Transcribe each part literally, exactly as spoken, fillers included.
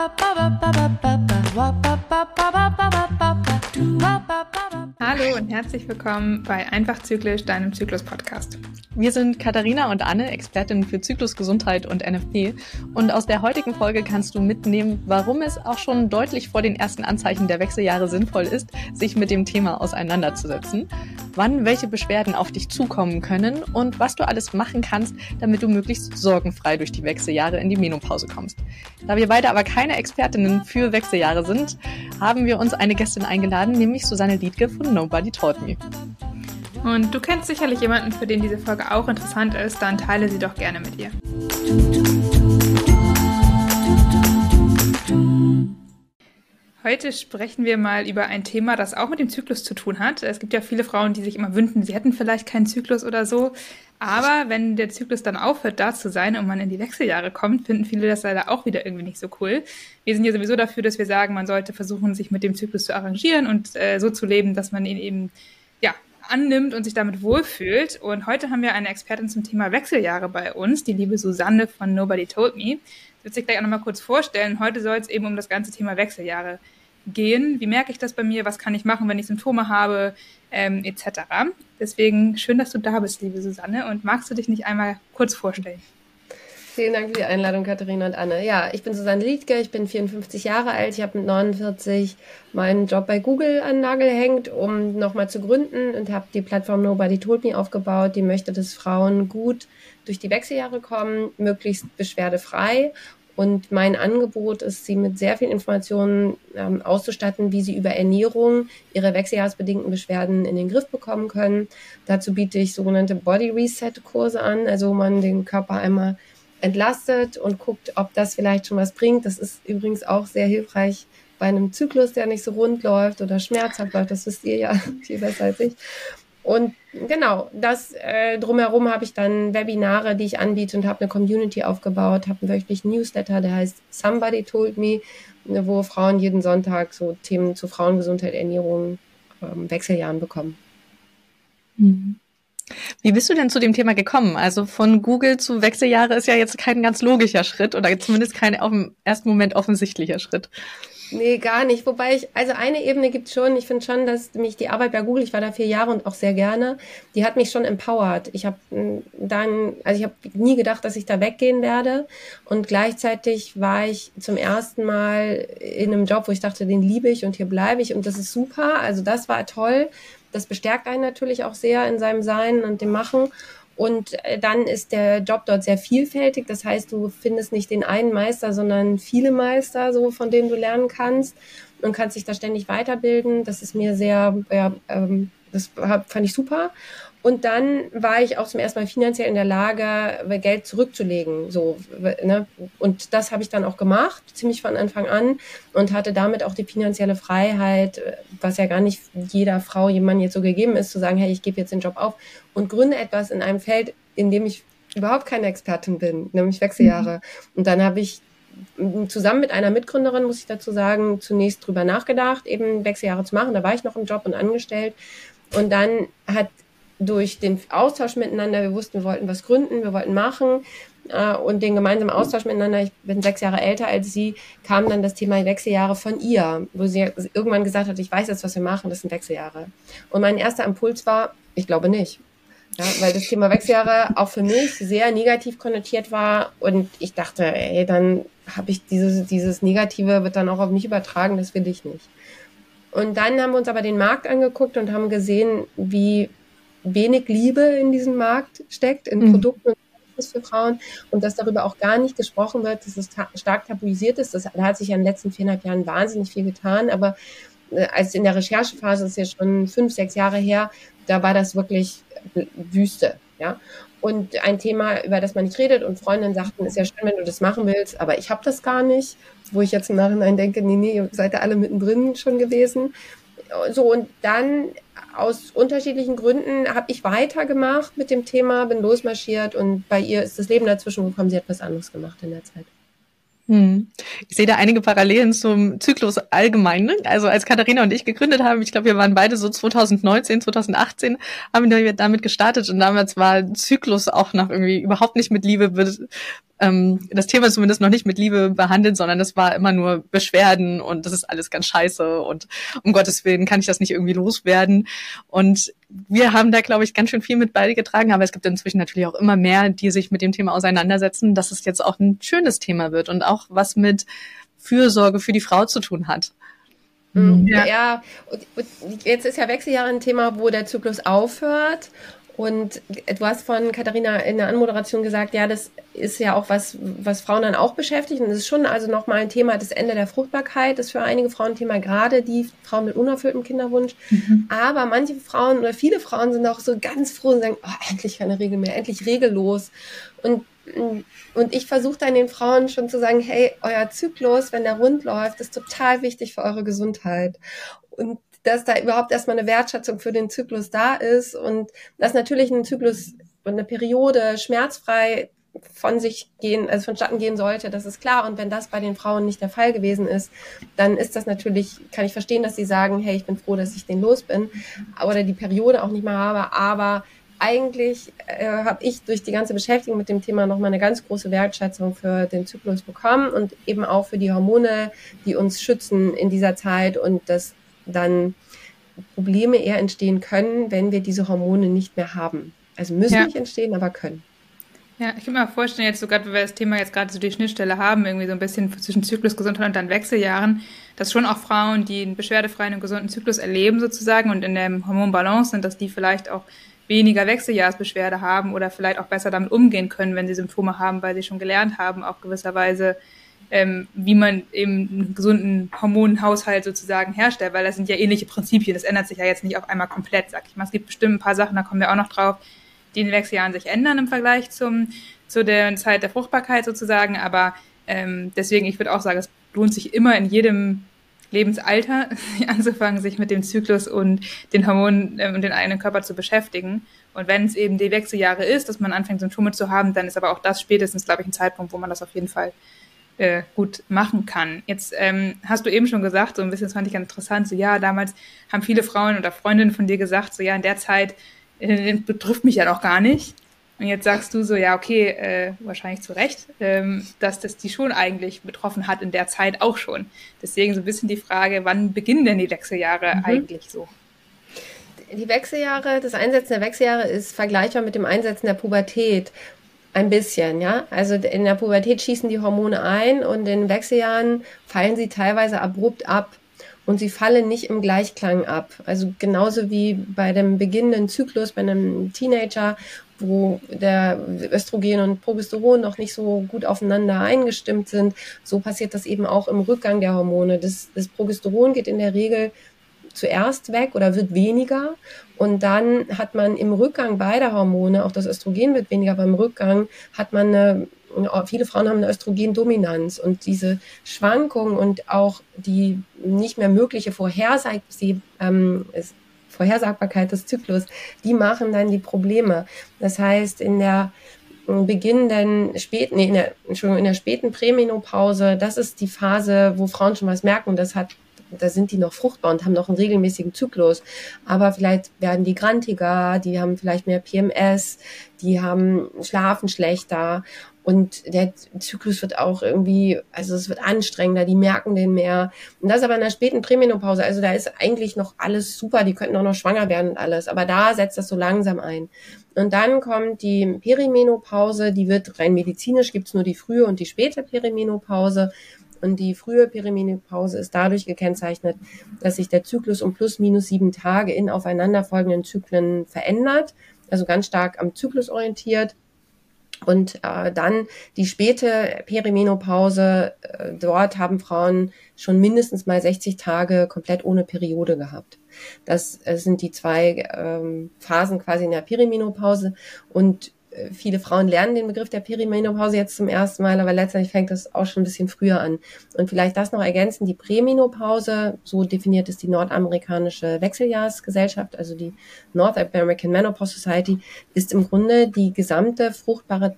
Hallo und herzlich willkommen bei Einfach Zyklisch, deinem Zyklus-Podcast. Wir sind Katharina und Anne, Expertinnen für Zyklusgesundheit und N F P. Und aus der heutigen Folge kannst du mitnehmen, warum es auch schon deutlich vor den ersten Anzeichen der Wechseljahre sinnvoll ist, sich mit dem Thema auseinanderzusetzen, wann welche Beschwerden auf dich zukommen können und was du alles machen kannst, damit du möglichst sorgenfrei durch die Wechseljahre in die Menopause kommst. Da wir beide aber keine Expertinnen für Wechseljahre sind, haben wir uns eine Gästin eingeladen, nämlich Susanne Liedtke von Nobody Told Me. Und du kennst sicherlich jemanden, für den diese Folge auch interessant ist, dann teile sie doch gerne mit ihr. Heute sprechen wir mal über ein Thema, das auch mit dem Zyklus zu tun hat. Es gibt ja viele Frauen, die sich immer wünschen, sie hätten vielleicht keinen Zyklus oder so. Aber wenn der Zyklus dann aufhört, da zu sein und man in die Wechseljahre kommt, finden viele das leider auch wieder irgendwie nicht so cool. Wir sind ja sowieso dafür, dass wir sagen, man sollte versuchen, sich mit dem Zyklus zu arrangieren und äh, so zu leben, dass man ihn eben ja annimmt und sich damit wohlfühlt. Und heute haben wir eine Expertin zum Thema Wechseljahre bei uns, die liebe Susanne von Nobody Told Me. Ich würde sich gleich auch nochmal kurz vorstellen. Heute soll es eben um das ganze Thema Wechseljahre gehen. Wie merke ich das bei mir? Was kann ich machen, wenn ich Symptome habe? Ähm, et cetera. Deswegen schön, dass du da bist, liebe Susanne. Und magst du dich nicht einmal kurz vorstellen? Vielen Dank für die Einladung, Katharina und Anne. Ja, ich bin Susanne Liedtke, ich bin vierundfünfzig Jahre alt. Ich habe mit neunundvierzig meinen Job bei Google an den Nagel gehängt, um nochmal zu gründen und habe die Plattform Nobody Told Me aufgebaut. Die möchte, dass Frauen gut durch die Wechseljahre kommen, möglichst beschwerdefrei. Und mein Angebot ist, sie mit sehr vielen Informationen ähm, auszustatten, wie sie über Ernährung ihre wechseljahresbedingten Beschwerden in den Griff bekommen können. Dazu biete ich sogenannte Body Reset Kurse an, also wo man den Körper einmal entlastet und guckt, ob das vielleicht schon was bringt. Das ist übrigens auch sehr hilfreich bei einem Zyklus, der nicht so rund läuft oder schmerzhaft läuft. Das wisst ihr ja viel besser als ich. Und genau, das äh, drumherum habe ich dann Webinare, die ich anbiete und habe eine Community aufgebaut, habe einen wöchentlichen Newsletter, der heißt Somebody Told Me, wo Frauen jeden Sonntag so Themen zu Frauengesundheit, Ernährung, ähm, Wechseljahren bekommen. Wie bist du denn zu dem Thema gekommen? Also von Google zu Wechseljahre ist ja jetzt kein ganz logischer Schritt oder zumindest kein auf dem ersten Moment offensichtlicher Schritt. Nee, gar nicht. Wobei ich, also eine Ebene gibt schon, ich finde schon, dass mich die Arbeit bei Google, ich war da vier Jahre und auch sehr gerne, die hat mich schon empowert. Ich habe dann, also ich habe nie gedacht, dass ich da weggehen werde und gleichzeitig war ich zum ersten Mal in einem Job, wo ich dachte, den liebe ich und hier bleibe ich und das ist super. Also das war toll. Das bestärkt einen natürlich auch sehr in seinem Sein und dem Machen. Und dann ist der Job dort sehr vielfältig. Das heißt, du findest nicht den einen Meister, sondern viele Meister, so von denen du lernen kannst und kannst dich da ständig weiterbilden. Das ist mir sehr, ja, ähm, das fand ich super. Und dann war ich auch zum ersten Mal finanziell in der Lage, Geld zurückzulegen. So, ne? Und das habe ich dann auch gemacht, ziemlich von Anfang an und hatte damit auch die finanzielle Freiheit, was ja gar nicht jeder Frau, jemandem jetzt so gegeben ist, zu sagen, hey, ich gebe jetzt den Job auf und gründe etwas in einem Feld, in dem ich überhaupt keine Expertin bin, nämlich Wechseljahre. Mhm. Und dann habe ich zusammen mit einer Mitgründerin, muss ich dazu sagen, zunächst drüber nachgedacht, eben Wechseljahre zu machen. Da war ich noch im Job und angestellt. Und dann hat durch den Austausch miteinander, wir wussten, wir wollten was gründen, wir wollten machen äh, und den gemeinsamen Austausch miteinander, ich bin sechs Jahre älter als sie, kam dann das Thema Wechseljahre von ihr, wo sie irgendwann gesagt hat, ich weiß jetzt, was wir machen, das sind Wechseljahre. Und mein erster Impuls war, ich glaube nicht. Ja, weil das Thema Wechseljahre auch für mich sehr negativ konnotiert war und ich dachte, ey, dann habe ich dieses, dieses Negative, wird dann auch auf mich übertragen, das will ich nicht. Und dann haben wir uns aber den Markt angeguckt und haben gesehen, wie wenig Liebe in diesem Markt steckt, in mhm. Produkten und Services für Frauen und dass darüber auch gar nicht gesprochen wird, dass es ta- stark tabuisiert ist. Das, da hat sich ja in den letzten viereinhalb Jahren wahnsinnig viel getan, aber äh, als in der Recherchephase, das ist ja schon fünf, sechs Jahre her, da war das wirklich Wüste, ja. Und ein Thema, über das man nicht redet und Freundinnen sagten, ist ja schön, wenn du das machen willst, aber ich habe das gar nicht, wo ich jetzt im Nachhinein denke, nee, nee, ihr seid ja alle mittendrin schon gewesen. So, und dann aus unterschiedlichen Gründen habe ich weitergemacht mit dem Thema, bin losmarschiert und bei ihr ist das Leben dazwischen gekommen, sie hat was anderes gemacht in der Zeit. Hm. Ich sehe da einige Parallelen zum Zyklus allgemein. Ne? Also als Katharina und ich gegründet haben, ich glaube, wir waren beide so zwanzig neunzehn, zwanzig achtzehn, haben wir damit gestartet und damals war Zyklus auch noch irgendwie überhaupt nicht mit Liebe be- ähm, das Thema zumindest noch nicht mit Liebe behandelt, sondern das war immer nur Beschwerden und das ist alles ganz scheiße und um Gottes Willen kann ich das nicht irgendwie loswerden. Und wir haben da, glaube ich, ganz schön viel mit beigetragen, aber es gibt inzwischen natürlich auch immer mehr, die sich mit dem Thema auseinandersetzen, dass es jetzt auch ein schönes Thema wird und auch was mit Fürsorge für die Frau zu tun hat. Ja, ja. Und, und jetzt ist ja Wechseljahre ein Thema, wo der Zyklus aufhört. Und du hast von Katharina in der Anmoderation gesagt, ja, das ist ja auch was, was Frauen dann auch beschäftigt. Und das ist schon also nochmal ein Thema, das Ende der Fruchtbarkeit ist für einige Frauen ein Thema, gerade die Frauen mit unerfülltem Kinderwunsch. Mhm. Aber manche Frauen oder viele Frauen sind auch so ganz froh und sagen, oh, endlich keine Regel mehr, endlich regellos. Und Und ich versuche dann den Frauen schon zu sagen, hey, euer Zyklus, wenn der rund läuft, ist total wichtig für eure Gesundheit. Und dass da überhaupt erstmal eine Wertschätzung für den Zyklus da ist und dass natürlich ein Zyklus und eine Periode schmerzfrei von sich gehen, also vonstatten gehen sollte, das ist klar. Und wenn das bei den Frauen nicht der Fall gewesen ist, dann ist das natürlich, kann ich verstehen, dass sie sagen, hey, ich bin froh, dass ich den los bin oder die Periode auch nicht mehr habe, aber eigentlich äh, habe ich durch die ganze Beschäftigung mit dem Thema nochmal eine ganz große Wertschätzung für den Zyklus bekommen und eben auch für die Hormone, die uns schützen in dieser Zeit und dass dann Probleme eher entstehen können, wenn wir diese Hormone nicht mehr haben. Also müssen ja nicht entstehen, aber können. Ja, ich kann mir vorstellen, jetzt so gerade, wenn wir das Thema jetzt gerade so die Schnittstelle haben, irgendwie so ein bisschen zwischen Zyklusgesundheit und dann Wechseljahren, dass schon auch Frauen, die einen beschwerdefreien und gesunden Zyklus erleben sozusagen und in der Hormonbalance sind, dass die vielleicht auch weniger Wechseljahrsbeschwerde haben oder vielleicht auch besser damit umgehen können, wenn sie Symptome haben, weil sie schon gelernt haben, auch gewisserweise, ähm, wie man eben einen gesunden Hormonhaushalt sozusagen herstellt, weil das sind ja ähnliche Prinzipien, das ändert sich ja jetzt nicht auf einmal komplett, sag ich mal. Es gibt bestimmt ein paar Sachen, da kommen wir auch noch drauf, die in den Wechseljahren sich ändern im Vergleich zum zu der Zeit der Fruchtbarkeit sozusagen, aber ähm, deswegen, ich würde auch sagen, es lohnt sich immer in jedem Lebensalter anzufangen, sich mit dem Zyklus und den Hormonen äh, und den eigenen Körper zu beschäftigen. Und wenn es eben die Wechseljahre ist, dass man anfängt, Symptome zu haben, dann ist aber auch das spätestens, glaube ich, ein Zeitpunkt, wo man das auf jeden Fall äh, gut machen kann. Jetzt ähm, hast du eben schon gesagt, so ein bisschen, das fand ich ganz interessant, so ja, damals haben viele Frauen oder Freundinnen von dir gesagt, so ja, in der Zeit äh, betrifft mich ja noch gar nicht. Und jetzt sagst du so, ja, okay, äh, wahrscheinlich zu Recht, ähm, dass das die schon eigentlich betroffen hat in der Zeit auch schon. Deswegen so ein bisschen die Frage, wann beginnen denn die Wechseljahre mhm. eigentlich so? Die Wechseljahre, das Einsetzen der Wechseljahre ist vergleichbar mit dem Einsetzen der Pubertät. Ein bisschen, ja. Also in der Pubertät schießen die Hormone ein und in Wechseljahren fallen sie teilweise abrupt ab. Und sie fallen nicht im Gleichklang ab. Also genauso wie bei dem beginnenden Zyklus, bei einem Teenager, wo der Östrogen und Progesteron noch nicht so gut aufeinander eingestimmt sind, so passiert das eben auch im Rückgang der Hormone. Das, das Progesteron geht in der Regel zuerst weg oder wird weniger und dann hat man im Rückgang beider Hormone, auch das Östrogen wird weniger, aber im Rückgang hat man eine, viele Frauen haben eine Östrogendominanz und diese Schwankungen und auch die nicht mehr mögliche Vorhersag- ähm, Vorhersagbarkeit des Zyklus, die machen dann die Probleme. Das heißt, in der beginnenden späten, nee, in der, Entschuldigung, in der späten Prämenopause, das ist die Phase, wo Frauen schon was merken, das hat da sind die noch fruchtbar und haben noch einen regelmäßigen Zyklus. Aber vielleicht werden die grantiger, die haben vielleicht mehr P M S, die haben schlafen schlechter und der Zyklus wird auch irgendwie, also es wird anstrengender, die merken den mehr. Und das aber in der späten Prämenopause, also da ist eigentlich noch alles super, die könnten auch noch schwanger werden und alles, aber da setzt das so langsam ein. Und dann kommt die Perimenopause, die wird rein medizinisch, gibt's nur die frühe und die späte Perimenopause. Und die frühe Perimenopause ist dadurch gekennzeichnet, dass sich der Zyklus um plus minus sieben Tage in aufeinanderfolgenden Zyklen verändert, also ganz stark am Zyklus orientiert. Und äh, dann die späte Perimenopause, äh, dort haben Frauen schon mindestens mal sechzig Tage komplett ohne Periode gehabt. Das äh, sind die zwei ähm, Phasen quasi in der Perimenopause und viele Frauen lernen den Begriff der Perimenopause jetzt zum ersten Mal, aber letztendlich fängt das auch schon ein bisschen früher an. Und vielleicht das noch ergänzen, die Prämenopause, so definiert es die nordamerikanische Wechseljahrsgesellschaft, also die North American Menopause Society, ist im Grunde die gesamte fruchtbare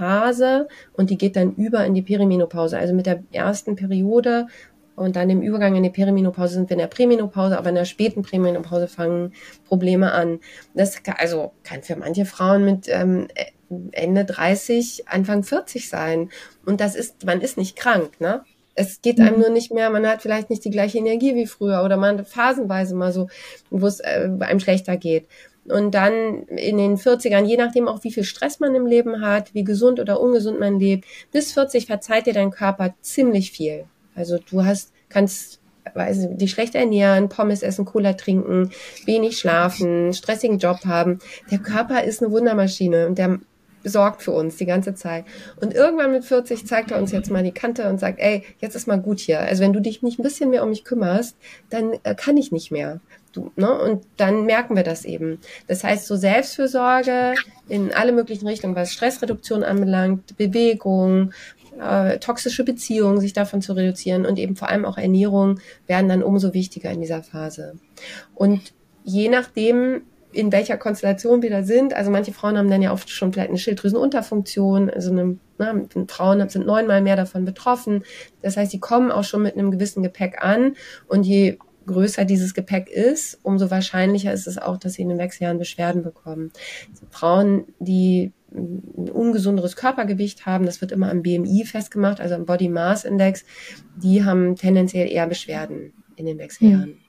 Phase und die geht dann über in die Perimenopause. Also mit der ersten Periode und dann im Übergang in die Perimenopause sind wir in der Prämenopause, aber in der späten Prämenopause fangen Probleme an. Das kann, also kann für manche Frauen mit ähm, Ende dreißig, Anfang vierzig sein. Und das ist, man ist nicht krank, ne? Es geht einem nur nicht mehr, man hat vielleicht nicht die gleiche Energie wie früher oder man phasenweise mal so, wo es äh, einem schlechter geht. Und dann in den vierzigern, je nachdem auch wie viel Stress man im Leben hat, wie gesund oder ungesund man lebt, bis vierzig verzeiht dir dein Körper ziemlich viel. Also du hast, kannst, weiß nicht, dich schlecht ernähren, Pommes essen, Cola trinken, wenig schlafen, stressigen Job haben. Der Körper ist eine Wundermaschine und der sorgt für uns die ganze Zeit. Und irgendwann mit vierzig zeigt er uns jetzt mal die Kante und sagt, ey, jetzt ist mal gut hier. Also wenn du dich nicht ein bisschen mehr um mich kümmerst, dann äh, kann ich nicht mehr. Du, ne? Und dann merken wir das eben. Das heißt, so Selbstfürsorge in alle möglichen Richtungen, was Stressreduktion anbelangt, Bewegung, äh, toxische Beziehungen, sich davon zu reduzieren und eben vor allem auch Ernährung werden dann umso wichtiger in dieser Phase. Und je nachdem, in welcher Konstellation wir da sind. Also manche Frauen haben dann ja oft schon vielleicht eine Schilddrüsenunterfunktion, also eine, ne, Frauen sind neunmal mehr davon betroffen. Das heißt, die kommen auch schon mit einem gewissen Gepäck an und je größer dieses Gepäck ist, umso wahrscheinlicher ist es auch, dass sie in den Wechseljahren Beschwerden bekommen. Also Frauen, die ein ungesunderes Körpergewicht haben, das wird immer am B M I festgemacht, also am Body Mass Index, die haben tendenziell eher Beschwerden in den Wechseljahren. Hm.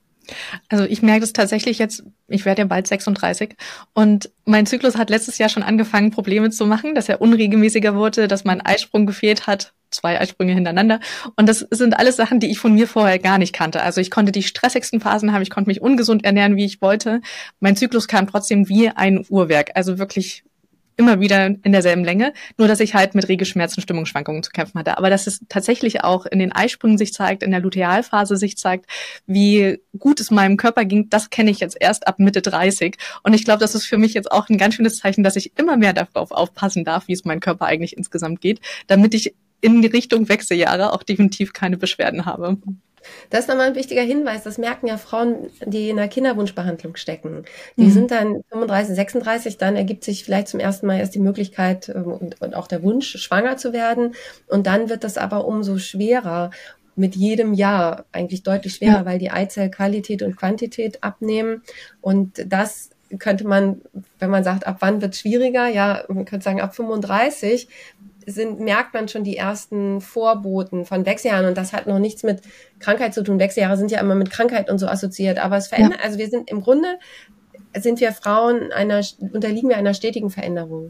Also ich merke das tatsächlich jetzt, ich werde ja bald sechsunddreißig und mein Zyklus hat letztes Jahr schon angefangen, Probleme zu machen, dass er unregelmäßiger wurde, dass mein Eisprung gefehlt hat, zwei Eisprünge hintereinander. Und das sind alles Sachen, die ich von mir vorher gar nicht kannte. Also ich konnte die stressigsten Phasen haben, ich konnte mich ungesund ernähren, wie ich wollte. Mein Zyklus kam trotzdem wie ein Uhrwerk, also wirklich immer wieder in derselben Länge, nur dass ich halt mit Regelschmerzen, Stimmungsschwankungen zu kämpfen hatte. Aber dass es tatsächlich auch in den Eisprüngen sich zeigt, in der Lutealphase sich zeigt, wie gut es meinem Körper ging, das kenne ich jetzt erst ab Mitte dreißig. Und ich glaube, das ist für mich jetzt auch ein ganz schönes Zeichen, dass ich immer mehr darauf aufpassen darf, wie es meinem Körper eigentlich insgesamt geht, damit ich in die Richtung Wechseljahre auch definitiv keine Beschwerden habe. Das ist nochmal ein wichtiger Hinweis. Das merken ja Frauen, die in der Kinderwunschbehandlung stecken. Die mhm. sind dann fünfunddreißig, sechsunddreißig, dann ergibt sich vielleicht zum ersten Mal erst die Möglichkeit und, und auch der Wunsch, schwanger zu werden. Und dann wird das aber umso schwerer, mit jedem Jahr eigentlich deutlich schwerer, ja. weil die Eizellqualität und Quantität abnehmen. Und das könnte man, wenn man sagt, ab wann wird es schwieriger? Ja, man könnte sagen, ab fünfunddreißig sind, merkt man schon die ersten Vorboten von Wechseljahren und das hat noch nichts mit Krankheit zu tun. Wechseljahre sind ja immer mit Krankheit und so assoziiert, aber es verändert, ja. also wir sind im Grunde, sind wir Frauen einer, unterliegen wir einer stetigen Veränderung.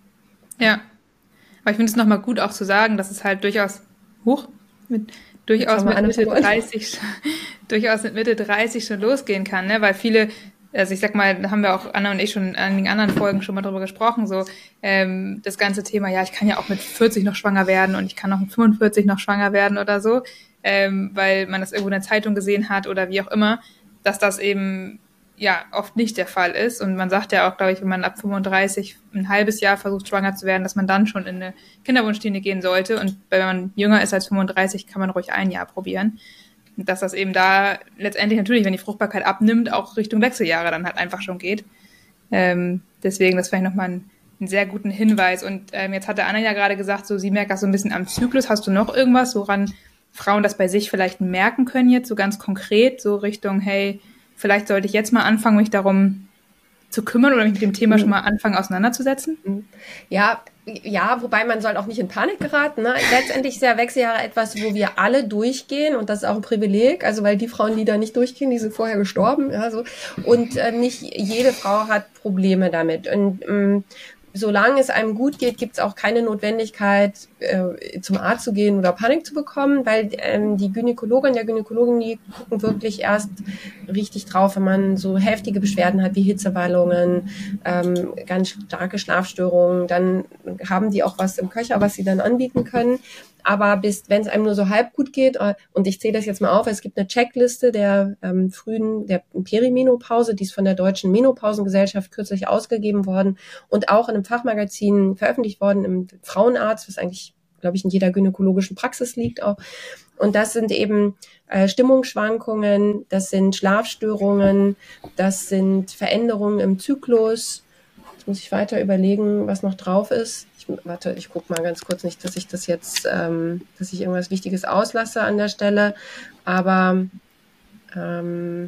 Ja, aber ich finde es nochmal gut auch zu sagen, dass es halt durchaus, hoch, mit, durchaus mit Mitte dreißig, durchaus mit Mitte dreißig schon losgehen kann, ne, weil viele, also ich sag mal, da haben wir auch Anna und ich schon in einigen anderen Folgen schon mal drüber gesprochen, so ähm, das ganze Thema, ja, ich kann ja auch mit vierzig noch schwanger werden und ich kann auch mit fünfundvierzig noch schwanger werden oder so, ähm, weil man das irgendwo in der Zeitung gesehen hat oder wie auch immer, dass das eben ja oft nicht der Fall ist. Und man sagt ja auch, glaube ich, wenn man ab fünfunddreißig ein halbes Jahr versucht, schwanger zu werden, dass man dann schon in eine Kinderwunschklinik gehen sollte. Und wenn man jünger ist als fünfunddreißig, kann man ruhig ein Jahr probieren. Dass das eben da letztendlich natürlich, wenn die Fruchtbarkeit abnimmt, auch Richtung Wechseljahre dann halt einfach schon geht. Ähm, deswegen, das vielleicht nochmal ein, einen sehr guten Hinweis. Und ähm, jetzt hatte Anna ja gerade gesagt, so sie merkt das so ein bisschen am Zyklus. Hast du noch irgendwas, woran Frauen das bei sich vielleicht merken können jetzt, so ganz konkret, so Richtung, hey, vielleicht sollte ich jetzt mal anfangen, mich darum zu kümmern oder mich mit dem Thema schon mal anfangen auseinanderzusetzen? Ja, ja, wobei man soll auch nicht in Panik geraten. Ne? Letztendlich ist ja Wechseljahre etwas, wo wir alle durchgehen und das ist auch ein Privileg. Also weil die Frauen, die da nicht durchgehen, die sind vorher gestorben. Ja, so. Und äh, nicht jede Frau hat Probleme damit. Und ähm, solange es einem gut geht, gibt es auch keine Notwendigkeit, äh, zum Arzt zu gehen oder Panik zu bekommen, weil ähm, die Gynäkologin, der Gynäkologin, die gucken wirklich erst richtig drauf, wenn man so heftige Beschwerden hat, wie Hitzewallungen, ähm, ganz starke Schlafstörungen, dann haben die auch was im Köcher, was sie dann anbieten können. Aber bis, wenn es einem nur so halb gut geht, und ich zähle das jetzt mal auf, es gibt eine Checkliste der ähm, frühen, der Perimenopause, die ist von der Deutschen Menopausengesellschaft kürzlich ausgegeben worden und auch in einem Fachmagazin veröffentlicht worden im Frauenarzt, was eigentlich, glaube ich, in jeder gynäkologischen Praxis liegt auch. Und das sind eben äh, Stimmungsschwankungen, das sind Schlafstörungen, das sind Veränderungen im Zyklus. Jetzt muss ich weiter überlegen, was noch drauf ist. Ich, warte, ich gucke mal ganz kurz, nicht, dass ich das jetzt, ähm, dass ich irgendwas Wichtiges auslasse an der Stelle. Aber ähm,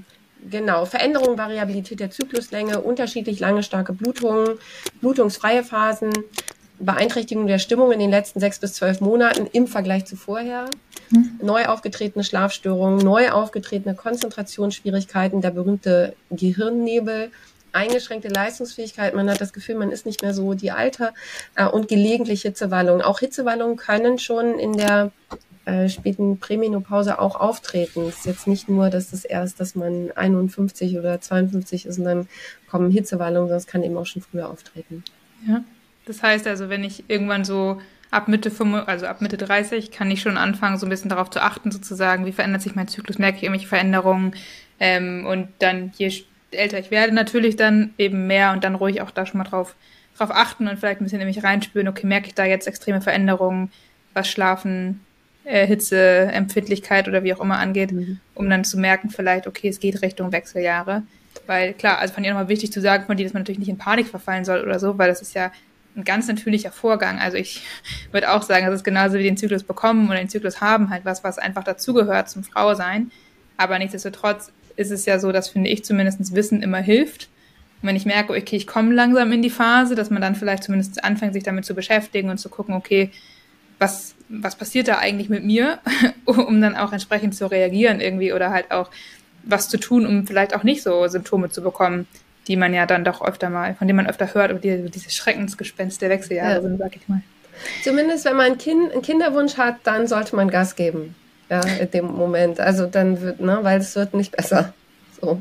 genau, Veränderung, Variabilität der Zykluslänge, unterschiedlich lange, starke Blutungen, blutungsfreie Phasen, Beeinträchtigung der Stimmung in den letzten sechs bis zwölf Monaten im Vergleich zu vorher, hm. neu aufgetretene Schlafstörungen, neu aufgetretene Konzentrationsschwierigkeiten, der berühmte Gehirnnebel, eingeschränkte Leistungsfähigkeit, man hat das Gefühl, man ist nicht mehr so die Alte, äh, und gelegentlich Hitzewallungen. Auch Hitzewallungen können schon in der äh, späten Prämenopause auch auftreten. Es ist jetzt nicht nur, dass das erst, dass man einundfünfzig oder zweiundfünfzig ist und dann kommen Hitzewallungen, sondern es kann eben auch schon früher auftreten. Ja, das heißt also, wenn ich irgendwann so ab Mitte fünf, also ab Mitte dreißig, kann ich schon anfangen, so ein bisschen darauf zu achten, sozusagen, wie verändert sich mein Zyklus, merke ich irgendwelche Veränderungen, ähm, und dann je älter ich werde, natürlich dann eben mehr und dann ruhig auch da schon mal drauf, drauf achten und vielleicht ein bisschen in mich reinspüren, okay, merke ich da jetzt extreme Veränderungen, was Schlafen, äh, Hitze, Empfindlichkeit oder wie auch immer angeht, mhm. um dann zu merken vielleicht, okay, es geht Richtung Wechseljahre. Weil klar, also fand ich nochmal wichtig zu sagen von dir, dass man natürlich nicht in Panik verfallen soll oder so, weil das ist ja ein ganz natürlicher Vorgang. Also ich würde auch sagen, das ist genauso wie den Zyklus bekommen oder den Zyklus haben, halt was, was einfach dazugehört zum Frausein. Aber nichtsdestotrotz ist es ja so, dass, finde ich, zumindest Wissen immer hilft. Und wenn ich merke, okay, ich komme langsam in die Phase, dass man dann vielleicht zumindest anfängt, sich damit zu beschäftigen und zu gucken, okay, was, was passiert da eigentlich mit mir, um dann auch entsprechend zu reagieren irgendwie oder halt auch was zu tun, um vielleicht auch nicht so Symptome zu bekommen, die man ja dann doch öfter mal, von denen man öfter hört, über die, diese Schreckensgespenst der Wechseljahre ja. sind, sag ich mal. Zumindest wenn man ein Kind, einen Kinderwunsch hat, dann sollte man Gas geben. Ja, in dem Moment. Also dann wird, ne, weil es wird nicht besser. So.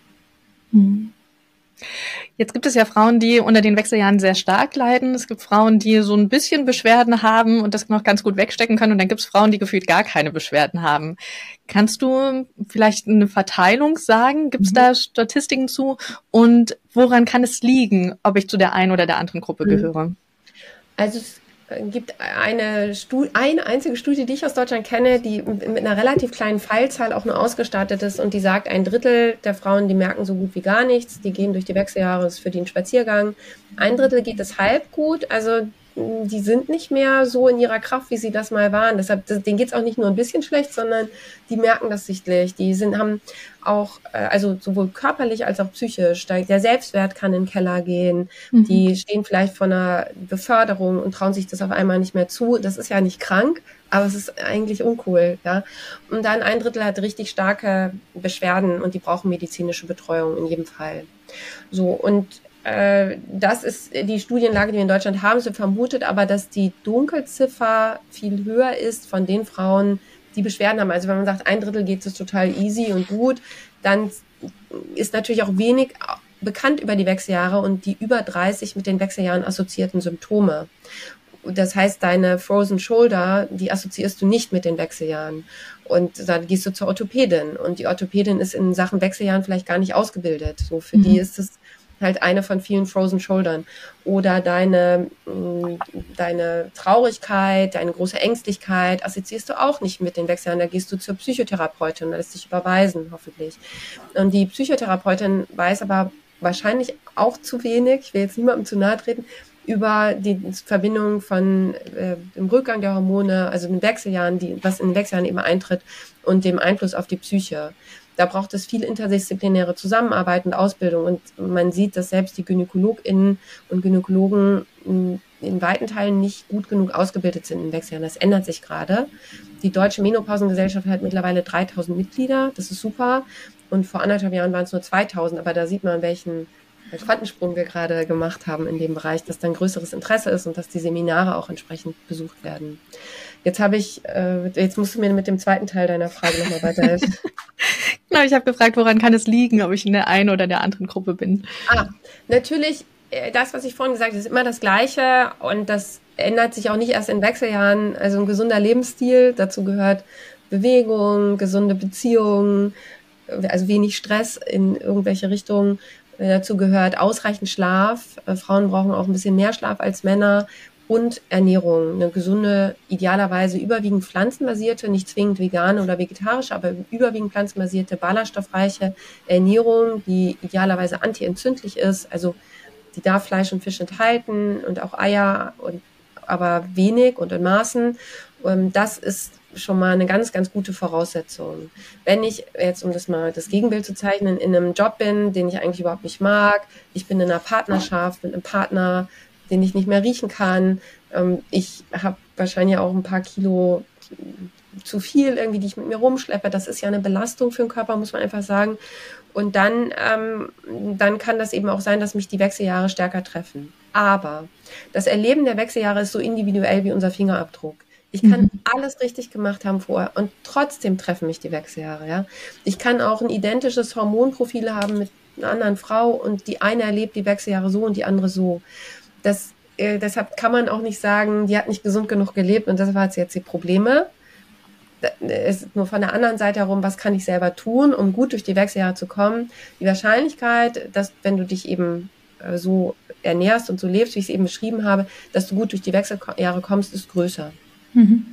Jetzt gibt es ja Frauen, die unter den Wechseljahren sehr stark leiden. Es gibt Frauen, die so ein bisschen Beschwerden haben und das noch ganz gut wegstecken können. Und dann gibt es Frauen, die gefühlt gar keine Beschwerden haben. Kannst du vielleicht eine Verteilung sagen? Gibt es mhm. da Statistiken zu? Und woran kann es liegen, ob ich zu der einen oder der anderen Gruppe mhm. gehöre? Also es gibt eine, Stu- eine einzige Studie, die ich aus Deutschland kenne, die mit einer relativ kleinen Fallzahl auch nur ausgestattet ist und die sagt, ein Drittel der Frauen, die merken so gut wie gar nichts, die gehen durch die Wechseljahre, ist für die ein Spaziergang. Ein Drittel geht es halb gut, also die sind nicht mehr so in ihrer Kraft, wie sie das mal waren. Deshalb, denen geht es auch nicht nur ein bisschen schlecht, sondern die merken das sichtlich. Die sind, haben auch, also sowohl körperlich als auch psychisch, der Selbstwert kann in den Keller gehen. Mhm. Die stehen vielleicht vor einer Beförderung und trauen sich das auf einmal nicht mehr zu. Das ist ja nicht krank, aber es ist eigentlich uncool, ja. Und dann ein Drittel hat richtig starke Beschwerden und die brauchen medizinische Betreuung in jedem Fall. So, und das ist die Studienlage, die wir in Deutschland haben. Es wird vermutet aber, dass die Dunkelziffer viel höher ist von den Frauen, die Beschwerden haben. Also wenn man sagt, ein Drittel geht es total easy und gut, dann ist natürlich auch wenig bekannt über die Wechseljahre und die über dreißig mit den Wechseljahren assoziierten Symptome. Das heißt, deine Frozen Shoulder, die assoziierst du nicht mit den Wechseljahren. Und dann gehst du zur Orthopädin. Und die Orthopädin ist in Sachen Wechseljahren vielleicht gar nicht ausgebildet. So für mhm. die ist es halt eine von vielen Frozen Shouldern. Oder deine, deine Traurigkeit, deine große Ängstlichkeit assoziierst du auch nicht mit den Wechseljahren. Da gehst du zur Psychotherapeutin, da lässt dich überweisen, hoffentlich. Und die Psychotherapeutin weiß aber wahrscheinlich auch zu wenig, ich will jetzt niemandem zu nahe treten, über die Verbindung von äh, dem Rückgang der Hormone, also den Wechseljahren, die, was in den Wechseljahren eben eintritt, und dem Einfluss auf die Psyche. Da braucht es viel interdisziplinäre Zusammenarbeit und Ausbildung. Und man sieht, dass selbst die GynäkologInnen und Gynäkologen in weiten Teilen nicht gut genug ausgebildet sind in Wechseljahren. Das ändert sich gerade. Die Deutsche Menopausengesellschaft hat mittlerweile dreitausend Mitglieder. Das ist super. Und vor anderthalb Jahren waren es nur zweitausend. Aber da sieht man, welchen Quantensprung wir gerade gemacht haben in dem Bereich, dass dann größeres Interesse ist und dass die Seminare auch entsprechend besucht werden. Jetzt habe ich, äh, jetzt musst du mir mit dem zweiten Teil deiner Frage nochmal weiterhelfen. Genau, ich habe gefragt, woran kann es liegen, ob ich in der einen oder der anderen Gruppe bin. Ah, natürlich, das, was ich vorhin gesagt habe, ist immer das Gleiche und das ändert sich auch nicht erst in Wechseljahren. Also ein gesunder Lebensstil, dazu gehört Bewegung, gesunde Beziehungen, also wenig Stress in irgendwelche Richtungen. Dazu gehört ausreichend Schlaf. Frauen brauchen auch ein bisschen mehr Schlaf als Männer. Und Ernährung, eine gesunde, idealerweise überwiegend pflanzenbasierte, nicht zwingend vegane oder vegetarische, aber überwiegend pflanzenbasierte, ballaststoffreiche Ernährung, die idealerweise antientzündlich ist. Also die darf Fleisch und Fisch enthalten und auch Eier, und aber wenig und in Maßen. Das ist schon mal eine ganz, ganz gute Voraussetzung. Wenn ich jetzt, um das mal das Gegenbild zu zeichnen, in einem Job bin, den ich eigentlich überhaupt nicht mag, ich bin in einer Partnerschaft mit einem Partner, den ich nicht mehr riechen kann, ähm, ich habe wahrscheinlich auch ein paar Kilo zu viel irgendwie, die ich mit mir rumschleppe, das ist ja eine Belastung für den Körper, muss man einfach sagen. Und dann, ähm, dann kann das eben auch sein, dass mich die Wechseljahre stärker treffen. Aber das Erleben der Wechseljahre ist so individuell wie unser Fingerabdruck. Ich kann mhm. alles richtig gemacht haben vorher und trotzdem treffen mich die Wechseljahre. Ja? Ich kann auch ein identisches Hormonprofil haben mit einer anderen Frau und die eine erlebt die Wechseljahre so und die andere so. Das, äh, deshalb kann man auch nicht sagen, die hat nicht gesund genug gelebt und deshalb hat sie jetzt die Probleme. Es ist nur von der anderen Seite herum, was kann ich selber tun, um gut durch die Wechseljahre zu kommen. Die Wahrscheinlichkeit, dass wenn du dich eben äh, so ernährst und so lebst, wie ich es eben beschrieben habe, dass du gut durch die Wechseljahre kommst, ist größer. Mhm.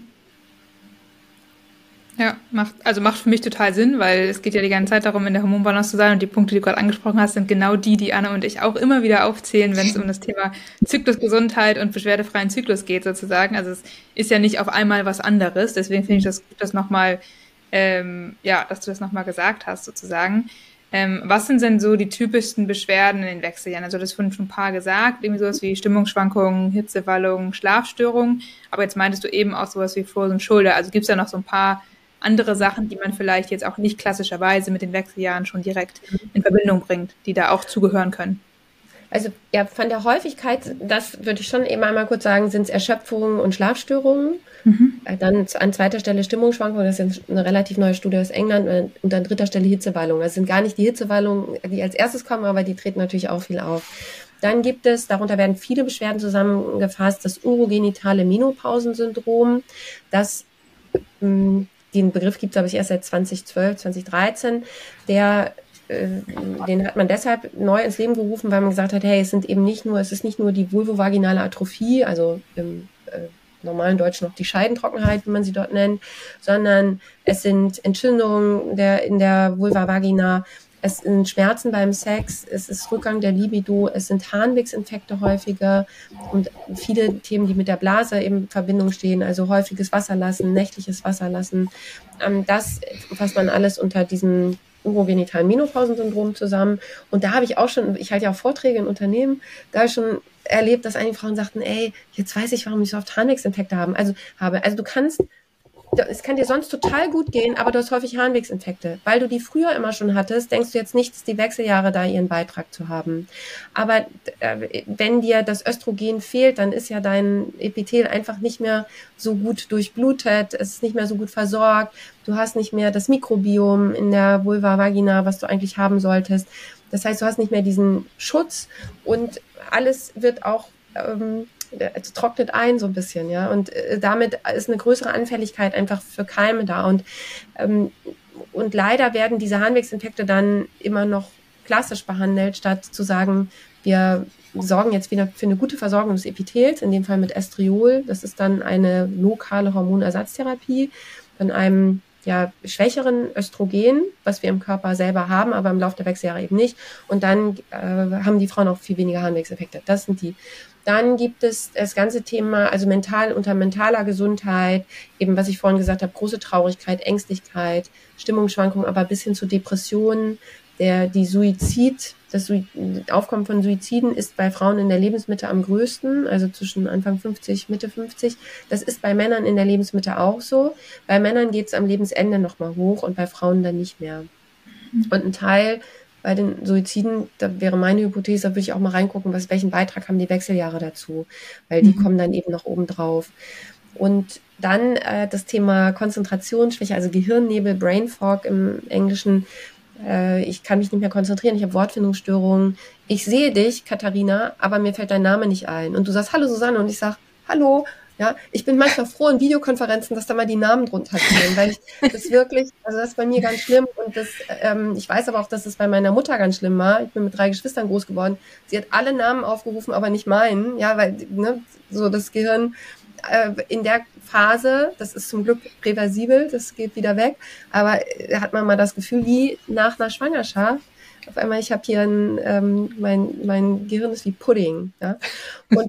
Ja, macht, also macht für mich total Sinn, weil es geht ja die ganze Zeit darum, in der Hormonbalance zu sein und die Punkte, die du gerade angesprochen hast, sind genau die, die Anne und ich auch immer wieder aufzählen, wenn es um das Thema Zyklusgesundheit und beschwerdefreien Zyklus geht sozusagen. Also es ist ja nicht auf einmal was anderes, deswegen finde ich das gut, das nochmal, ähm, ja, dass du das nochmal gesagt hast sozusagen. Ähm, was sind denn so die typischsten Beschwerden in den Wechseljahren? Also das wurden schon ein paar gesagt, irgendwie sowas wie Stimmungsschwankungen, Hitzewallungen, Schlafstörungen, aber jetzt meintest du eben auch sowas wie Frozen Shoulder, also gibt es ja noch so ein paar andere Sachen, die man vielleicht jetzt auch nicht klassischerweise mit den Wechseljahren schon direkt in Verbindung bringt, die da auch zugehören können. Also ja, von der Häufigkeit, das würde ich schon eben einmal kurz sagen, sind es Erschöpfungen und Schlafstörungen. Mhm. Dann an zweiter Stelle Stimmungsschwankungen, das ist eine relativ neue Studie aus England, und an dritter Stelle Hitzewallungen. Das sind gar nicht die Hitzewallungen, die als erstes kommen, aber die treten natürlich auch viel auf. Dann gibt es, darunter werden viele Beschwerden zusammengefasst, das urogenitale Menopausensyndrom, das mh, den Begriff gibt es, glaube ich, erst seit zwanzig zwölf, zwanzig dreizehn. Der, äh, den hat man deshalb neu ins Leben gerufen, weil man gesagt hat, hey, es sind eben nicht nur, es ist nicht nur die vulvovaginale Atrophie, also im äh, normalen Deutsch noch die Scheidentrockenheit, wie man sie dort nennt, sondern es sind Entzündungen der, in der Vulva-Vagina, es sind Schmerzen beim Sex, es ist Rückgang der Libido, es sind Harnwegsinfekte häufiger und viele Themen, die mit der Blase eben in Verbindung stehen, also häufiges Wasserlassen, nächtliches Wasserlassen. Das fasst man alles unter diesem urogenitalen Menopausensyndrom zusammen. Und da habe ich auch schon, ich halte ja auch Vorträge in Unternehmen, da habe ich schon erlebt, dass einige Frauen sagten, ey, jetzt weiß ich, warum ich so oft Harnwegsinfekte haben. Also habe. Also du kannst es kann dir sonst total gut gehen, aber du hast häufig Harnwegsinfekte. Weil du die früher immer schon hattest, denkst du jetzt nicht, dass die Wechseljahre da ihren Beitrag zu haben. Aber äh, wenn dir das Östrogen fehlt, dann ist ja dein Epithel einfach nicht mehr so gut durchblutet, es ist nicht mehr so gut versorgt, du hast nicht mehr das Mikrobiom in der Vulva Vagina, was du eigentlich haben solltest. Das heißt, du hast nicht mehr diesen Schutz und alles wird auch ähm, es trocknet ein so ein bisschen, ja, und äh, damit ist eine größere Anfälligkeit einfach für Keime da und ähm, und leider werden diese Harnwegsinfekte dann immer noch klassisch behandelt, statt zu sagen, wir sorgen jetzt wieder für eine gute Versorgung des Epithels, in dem Fall mit Estriol, das ist dann eine lokale Hormonersatztherapie von einem ja, schwächeren Östrogen, was wir im Körper selber haben, aber im Laufe der Wechseljahre eben nicht. Und dann äh, haben die Frauen auch viel weniger Harnwegsinfekte. Das sind die. Dann gibt es das ganze Thema, also mental unter mentaler Gesundheit, eben was ich vorhin gesagt habe, große Traurigkeit, Ängstlichkeit, Stimmungsschwankungen, aber bis hin zu Depressionen. Der, die Suizid, das Sui- Aufkommen von Suiziden ist bei Frauen in der Lebensmitte am größten, also zwischen Anfang fünfzig, Mitte fünfzig. Das ist bei Männern in der Lebensmitte auch so. Bei Männern geht es am Lebensende nochmal hoch und bei Frauen dann nicht mehr. Und ein Teil bei den Suiziden, da wäre meine Hypothese, da würde ich auch mal reingucken, was, welchen Beitrag haben die Wechseljahre dazu, weil die mhm. kommen dann eben noch oben drauf. Und dann äh, das Thema Konzentrationsschwäche, also Gehirnnebel, Brain Fog im Englischen. Äh, ich kann mich nicht mehr konzentrieren, ich habe Wortfindungsstörungen. Ich sehe dich, Katharina, aber mir fällt dein Name nicht ein. Und du sagst, hallo Susanne, und ich sage, hallo. Ja, ich bin manchmal froh in Videokonferenzen, dass da mal die Namen drunter stehen, weil ich das wirklich, also das ist bei mir ganz schlimm und das, ähm, ich weiß aber auch, dass es bei meiner Mutter ganz schlimm war. Ich bin mit drei Geschwistern groß geworden. Sie hat alle Namen aufgerufen, aber nicht meinen, ja, weil, ne, so das Gehirn äh, in der Phase, das ist zum Glück reversibel, das geht wieder weg, aber äh, hat man mal das Gefühl, wie nach einer Schwangerschaft, auf einmal, ich habe hier ein, ähm, mein, mein Gehirn ist wie Pudding, ja. Und dann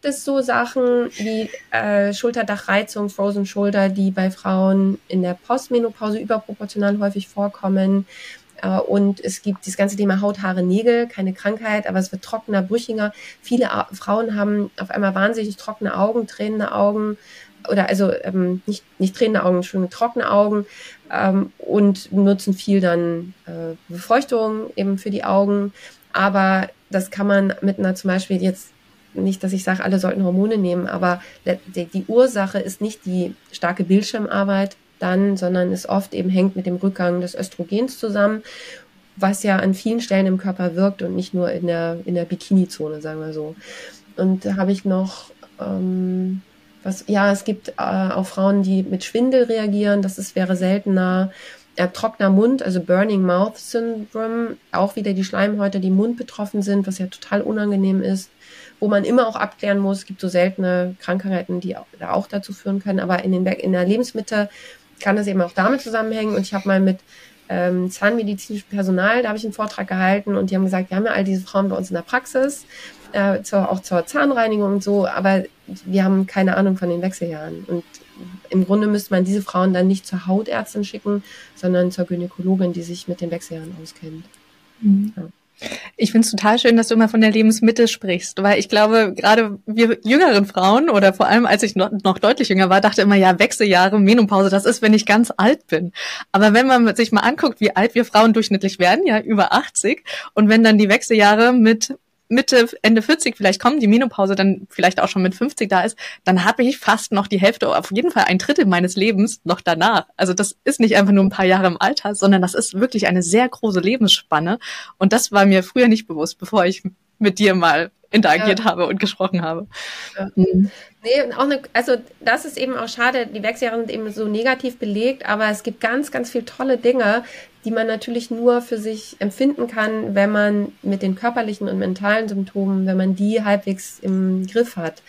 gibt es so Sachen wie äh, Schulterdachreizung, Frozen Shoulder, die bei Frauen in der Postmenopause überproportional häufig vorkommen. Äh, und es gibt das ganze Thema Haut, Haare, Nägel, keine Krankheit, aber es wird trockener, brüchiger. Viele A- Frauen haben auf einmal wahnsinnig trockene Augen, tränende Augen, oder also ähm, nicht, nicht tränende Augen, schon trockene Augen, ähm, und nutzen viel dann äh, Befeuchtung eben für die Augen. Aber das kann man mit einer zum Beispiel jetzt, nicht, dass ich sage, alle sollten Hormone nehmen, aber die, die Ursache ist nicht die starke Bildschirmarbeit dann, sondern es oft eben hängt mit dem Rückgang des Östrogens zusammen, was ja an vielen Stellen im Körper wirkt und nicht nur in der, in der Bikini-Zone, sagen wir so. Und da habe ich noch, ähm, was, ja, es gibt äh, auch Frauen, die mit Schwindel reagieren, das ist, wäre seltener. Äh, trockener Mund, also Burning Mouth Syndrome, auch wieder die Schleimhäute, die im Mund betroffen sind, was ja total unangenehm ist, wo man immer auch abklären muss. Es gibt so seltene Krankheiten, die auch, auch dazu führen können, aber in, den, in der Lebensmitte kann das eben auch damit zusammenhängen. Und ich habe mal mit ähm, zahnmedizinischem Personal, da habe ich einen Vortrag gehalten und die haben gesagt, wir haben ja all diese Frauen bei uns in der Praxis, äh, zur, auch zur Zahnreinigung und so, aber wir haben keine Ahnung von den Wechseljahren. Und im Grunde müsste man diese Frauen dann nicht zur Hautärztin schicken, sondern zur Gynäkologin, die sich mit den Wechseljahren auskennt. Mhm. Ja. Ich finde es total schön, dass du immer von der Lebensmitte sprichst, weil ich glaube, gerade wir jüngeren Frauen oder vor allem, als ich noch, noch deutlich jünger war, dachte immer, ja, Wechseljahre, Menopause, das ist, wenn ich ganz alt bin. Aber wenn man sich mal anguckt, wie alt wir Frauen durchschnittlich werden, ja, über achtzig, und wenn dann die Wechseljahre mit Mitte, Ende vierzig vielleicht kommen, die Menopause dann vielleicht auch schon mit fünfzig da ist, dann habe ich fast noch die Hälfte, auf jeden Fall ein Drittel meines Lebens noch danach. Also das ist nicht einfach nur ein paar Jahre im Alter, sondern das ist wirklich eine sehr große Lebensspanne. Und das war mir früher nicht bewusst, bevor ich mit dir mal interagiert ja. habe und gesprochen habe. Ja. Mhm. Nee, und auch eine, also das ist eben auch schade, die Wechseljahre sind eben so negativ belegt, aber es gibt ganz, ganz viele tolle Dinge, die man natürlich nur für sich empfinden kann, wenn man mit den körperlichen und mentalen Symptomen, wenn man die halbwegs im Griff hat.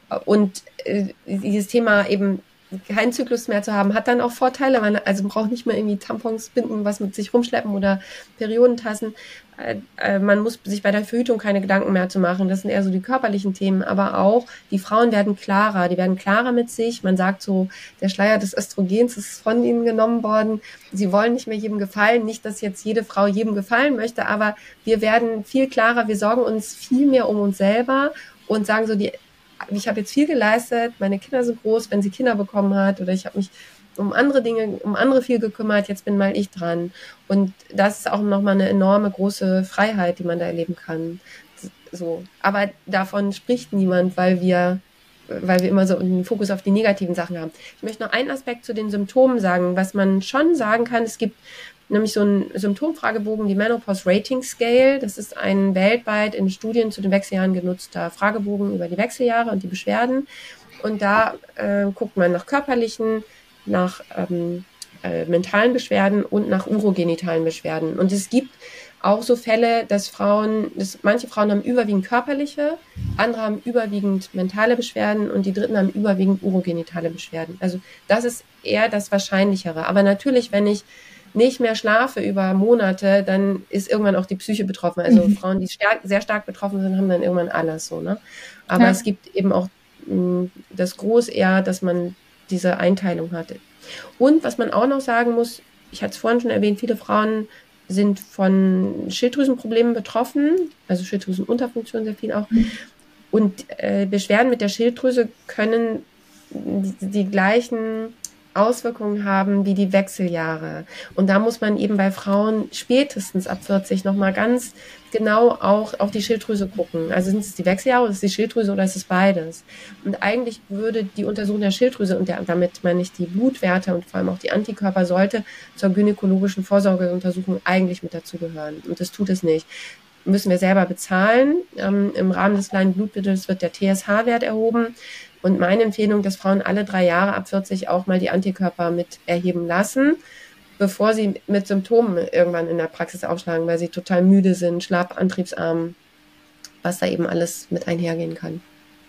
Und äh, dieses Thema eben keinen Zyklus mehr zu haben, hat dann auch Vorteile. Man, also man braucht nicht mehr irgendwie Tampons binden, was mit sich rumschleppen oder Periodentassen. Äh, äh, man muss sich bei der Verhütung keine Gedanken mehr zu machen. Das sind eher so die körperlichen Themen. Aber auch die Frauen werden klarer. Die werden klarer mit sich. Man sagt so, der Schleier des Östrogens ist von ihnen genommen worden. Sie wollen nicht mehr jedem gefallen. Nicht, dass jetzt jede Frau jedem gefallen möchte, aber wir werden viel klarer. Wir sorgen uns viel mehr um uns selber und sagen so, die ich habe jetzt viel geleistet, meine Kinder sind groß, wenn sie Kinder bekommen hat, oder ich habe mich um andere Dinge, um andere viel gekümmert, jetzt bin mal ich dran. Und das ist auch nochmal eine enorme große Freiheit, die man da erleben kann. So. Aber davon spricht niemand, weil wir, weil wir immer so einen Fokus auf die negativen Sachen haben. Ich möchte noch einen Aspekt zu den Symptomen sagen, was man schon sagen kann. Es gibt nämlich so einen Symptomfragebogen, die Menopause Rating Scale. Das ist ein weltweit in Studien zu den Wechseljahren genutzter Fragebogen über die Wechseljahre und die Beschwerden. Und da äh, guckt man nach körperlichen, nach ähm, äh, mentalen Beschwerden und nach urogenitalen Beschwerden. Und es gibt auch so Fälle, dass Frauen, dass manche Frauen haben überwiegend körperliche, andere haben überwiegend mentale Beschwerden und die dritten haben überwiegend urogenitale Beschwerden. Also das ist eher das Wahrscheinlichere. Aber natürlich, wenn ich nicht mehr schlafe über Monate, dann ist irgendwann auch die Psyche betroffen. Also mhm. Frauen, die stark, sehr stark betroffen sind, haben dann irgendwann alles so, ne? Aber ja. es gibt eben auch mh, das Groß eher, dass man diese Einteilung hatte. Und was man auch noch sagen muss, ich hatte es vorhin schon erwähnt, viele Frauen sind von Schilddrüsenproblemen betroffen, also Schilddrüsenunterfunktion sehr viel auch. Mhm. Und äh, Beschwerden mit der Schilddrüse können die, die gleichen Auswirkungen haben wie die Wechseljahre. Und da muss man eben bei Frauen spätestens ab vierzig nochmal ganz genau auch auf die Schilddrüse gucken. Also sind es die Wechseljahre, ist es die Schilddrüse oder ist es beides? Und eigentlich würde die Untersuchung der Schilddrüse, und der, damit meine ich die Blutwerte und vor allem auch die Antikörper, sollte zur gynäkologischen Vorsorgeuntersuchung eigentlich mit dazugehören. Und das tut es nicht. Müssen wir selber bezahlen. Ähm, im Rahmen des kleinen Blutmittels wird der T S H-Wert erhoben. Und meine Empfehlung, dass Frauen alle drei Jahre ab vierzig auch mal die Antikörper mit erheben lassen, bevor sie mit Symptomen irgendwann in der Praxis aufschlagen, weil sie total müde sind, schlapp, antriebsarm, was da eben alles mit einhergehen kann.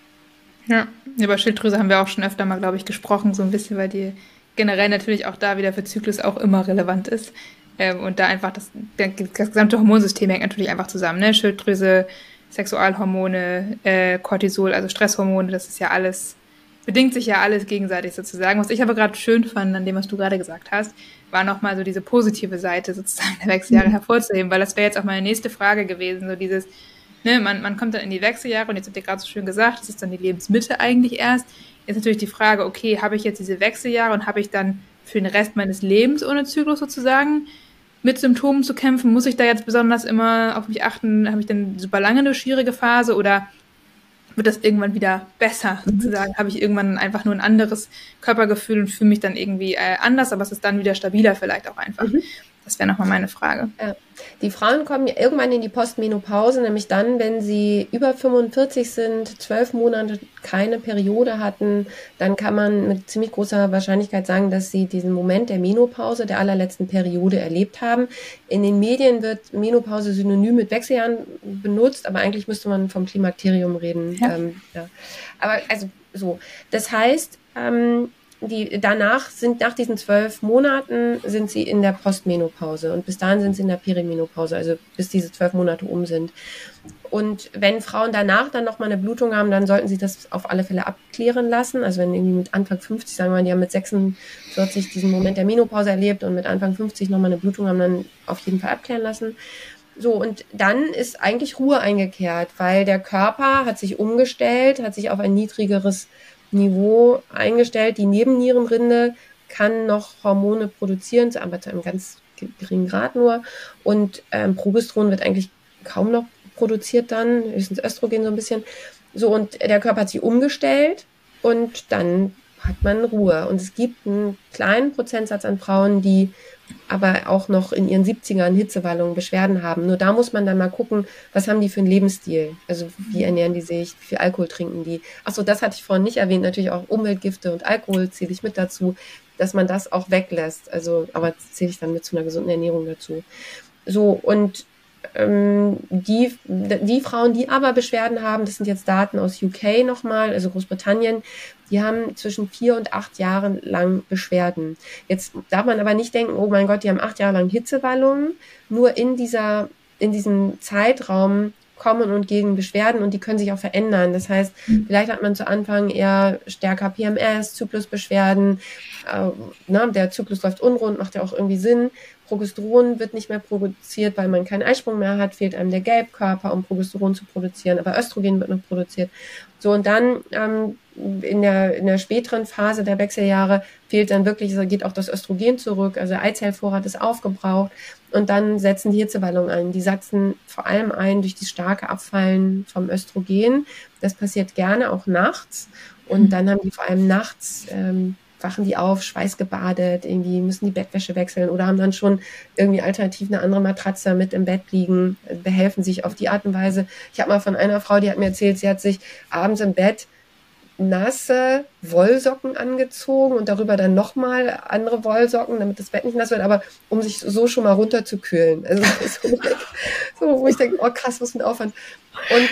Ja, über Schilddrüse haben wir auch schon öfter mal, glaube ich, gesprochen, so ein bisschen, weil die generell natürlich auch da wieder für Zyklus auch immer relevant ist. Und da einfach das, das gesamte Hormonsystem hängt natürlich einfach zusammen, ne? Schilddrüse Sexualhormone, äh, Cortisol, also Stresshormone, das ist ja alles, bedingt sich ja alles gegenseitig sozusagen. Was ich aber gerade schön fand an dem, was du gerade gesagt hast, war nochmal so diese positive Seite sozusagen der Wechseljahre mhm. hervorzuheben, weil das wäre jetzt auch meine nächste Frage gewesen, so dieses, ne, man, man kommt dann in die Wechseljahre und jetzt habt ihr gerade so schön gesagt, das ist dann die Lebensmitte eigentlich erst. Jetzt natürlich die Frage, okay, habe ich jetzt diese Wechseljahre und habe ich dann für den Rest meines Lebens ohne Zyklus sozusagen mit Symptomen zu kämpfen? Muss ich da jetzt besonders immer auf mich achten? Habe ich denn super lange eine schwierige Phase oder wird das irgendwann wieder besser sozusagen? Mhm. Habe ich irgendwann einfach nur ein anderes Körpergefühl und fühle mich dann irgendwie äh, anders, aber es ist dann wieder stabiler vielleicht auch einfach. Mhm. Das wäre nochmal meine Frage. Ja. Die Frauen kommen ja irgendwann in die Postmenopause, nämlich dann, wenn sie über fünfundvierzig sind, zwölf Monate keine Periode hatten, dann kann man mit ziemlich großer Wahrscheinlichkeit sagen, dass sie diesen Moment der Menopause, der allerletzten Periode erlebt haben. In den Medien wird Menopause synonym mit Wechseljahren benutzt, aber eigentlich müsste man vom Klimakterium reden. Ja. Ähm, ja. Aber also so, das heißt, ähm, Die, danach sind, nach diesen zwölf Monaten sind sie in der Postmenopause und bis dahin sind sie in der Perimenopause, also bis diese zwölf Monate um sind. Und wenn Frauen danach dann nochmal eine Blutung haben, dann sollten sie das auf alle Fälle abklären lassen. Also wenn irgendwie mit Anfang fünfzig, sagen wir mal, die haben mit sechsundvierzig diesen Moment der Menopause erlebt und mit Anfang fünfzig nochmal eine Blutung haben, dann auf jeden Fall abklären lassen. So, und dann ist eigentlich Ruhe eingekehrt, weil der Körper hat sich umgestellt, hat sich auf ein niedrigeres Niveau eingestellt. Die Nebennierenrinde kann noch Hormone produzieren, aber zu einem ganz geringen Grad nur. Und ähm, Progesteron wird eigentlich kaum noch produziert dann, höchstens Östrogen so ein bisschen. So, und der Körper hat sich umgestellt und dann hat man Ruhe. Und es gibt einen kleinen Prozentsatz an Frauen, die aber auch noch in ihren siebzigern Hitzewallungen Beschwerden haben. Nur da muss man dann mal gucken, was haben die für einen Lebensstil? Also wie ernähren die sich, wie viel Alkohol trinken die? Achso, das hatte ich vorhin nicht erwähnt, natürlich auch Umweltgifte und Alkohol zähle ich mit dazu, dass man das auch weglässt. Also, aber das zähle ich dann mit zu einer gesunden Ernährung dazu. So, und ähm, die, die Frauen, die aber Beschwerden haben, das sind jetzt Daten aus U K nochmal, also Großbritannien, die haben zwischen vier und acht Jahren lang Beschwerden. Jetzt darf man aber nicht denken, oh mein Gott, die haben acht Jahre lang Hitzewallungen. Nur in dieser, in diesem Zeitraum kommen und gehen Beschwerden und die können sich auch verändern. Das heißt, mhm. vielleicht hat man zu Anfang eher stärker P M S, Zyklusbeschwerden, äh, ne, der Zyklus läuft unrund, macht ja auch irgendwie Sinn. Progesteron wird nicht mehr produziert, weil man keinen Eisprung mehr hat, fehlt einem der Gelbkörper, um Progesteron zu produzieren, aber Östrogen wird noch produziert. So, und dann ähm, in der in der späteren Phase der Wechseljahre fehlt dann wirklich, also geht auch das Östrogen zurück, also der Eizellvorrat ist aufgebraucht und dann setzen die Hitzewallungen ein. Die setzen vor allem ein durch das starke Abfallen vom Östrogen. Das passiert gerne auch nachts und dann haben die vor allem nachts ähm, wachen die auf, schweißgebadet, irgendwie müssen die Bettwäsche wechseln oder haben dann schon irgendwie alternativ eine andere Matratze mit im Bett liegen, behelfen sich auf die Art und Weise. Ich habe mal von einer Frau, die hat mir erzählt, sie hat sich abends im Bett nasse Wollsocken angezogen und darüber dann nochmal andere Wollsocken, damit das Bett nicht nass wird, aber um sich so schon mal runterzukühlen. Also so, so, wo ich denke, oh krass, was für ein Aufwand. Und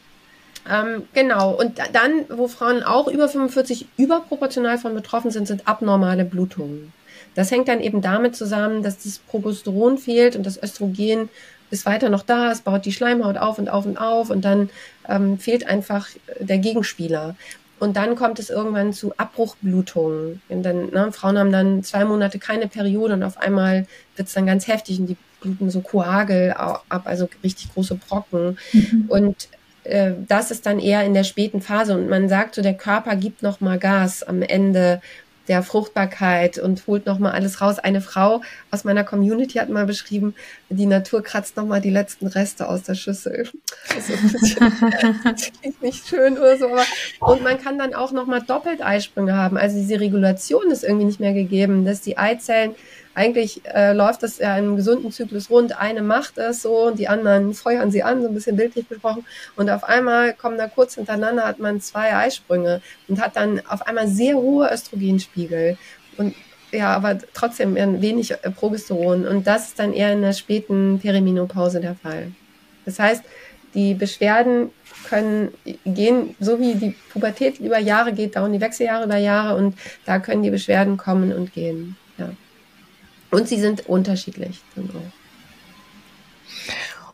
Ähm, genau, und dann, wo Frauen auch über fünfundvierzig überproportional von betroffen sind, sind abnormale Blutungen. Das hängt dann eben damit zusammen, dass das Progesteron fehlt und das Östrogen ist weiter noch da, es baut die Schleimhaut auf und auf und auf und dann ähm, fehlt einfach der Gegenspieler. Und dann kommt es irgendwann zu Abbruchblutungen. Und dann, ne, Frauen haben dann zwei Monate keine Periode und auf einmal wird es dann ganz heftig und die bluten so Koagel ab, also richtig große Brocken. Mhm. Und das ist dann eher in der späten Phase und man sagt so, der Körper gibt noch mal Gas am Ende der Fruchtbarkeit und holt noch mal alles raus. Eine Frau aus meiner Community hat mal beschrieben, die Natur kratzt noch mal die letzten Reste aus der Schüssel. Das ist ein bisschen, das klingt nicht schön oder so, aber und man kann dann auch noch mal doppelt Eisprünge haben. Also diese Regulation ist irgendwie nicht mehr gegeben, dass die Eizellen Eigentlich äh, läuft das ja in einem gesunden Zyklus rund. Eine macht es so und die anderen feuern sie an, so ein bisschen bildlich besprochen. Und auf einmal kommen da kurz hintereinander, hat man zwei Eisprünge und hat dann auf einmal sehr hohe Östrogenspiegel. Und ja, aber trotzdem wenig Progesteron. Und das ist dann eher in der späten Perimenopause der Fall. Das heißt, die Beschwerden können gehen, so wie die Pubertät über Jahre geht, dauern die Wechseljahre über Jahre und da können die Beschwerden kommen und gehen. Ja. Und sie sind unterschiedlich dann auch.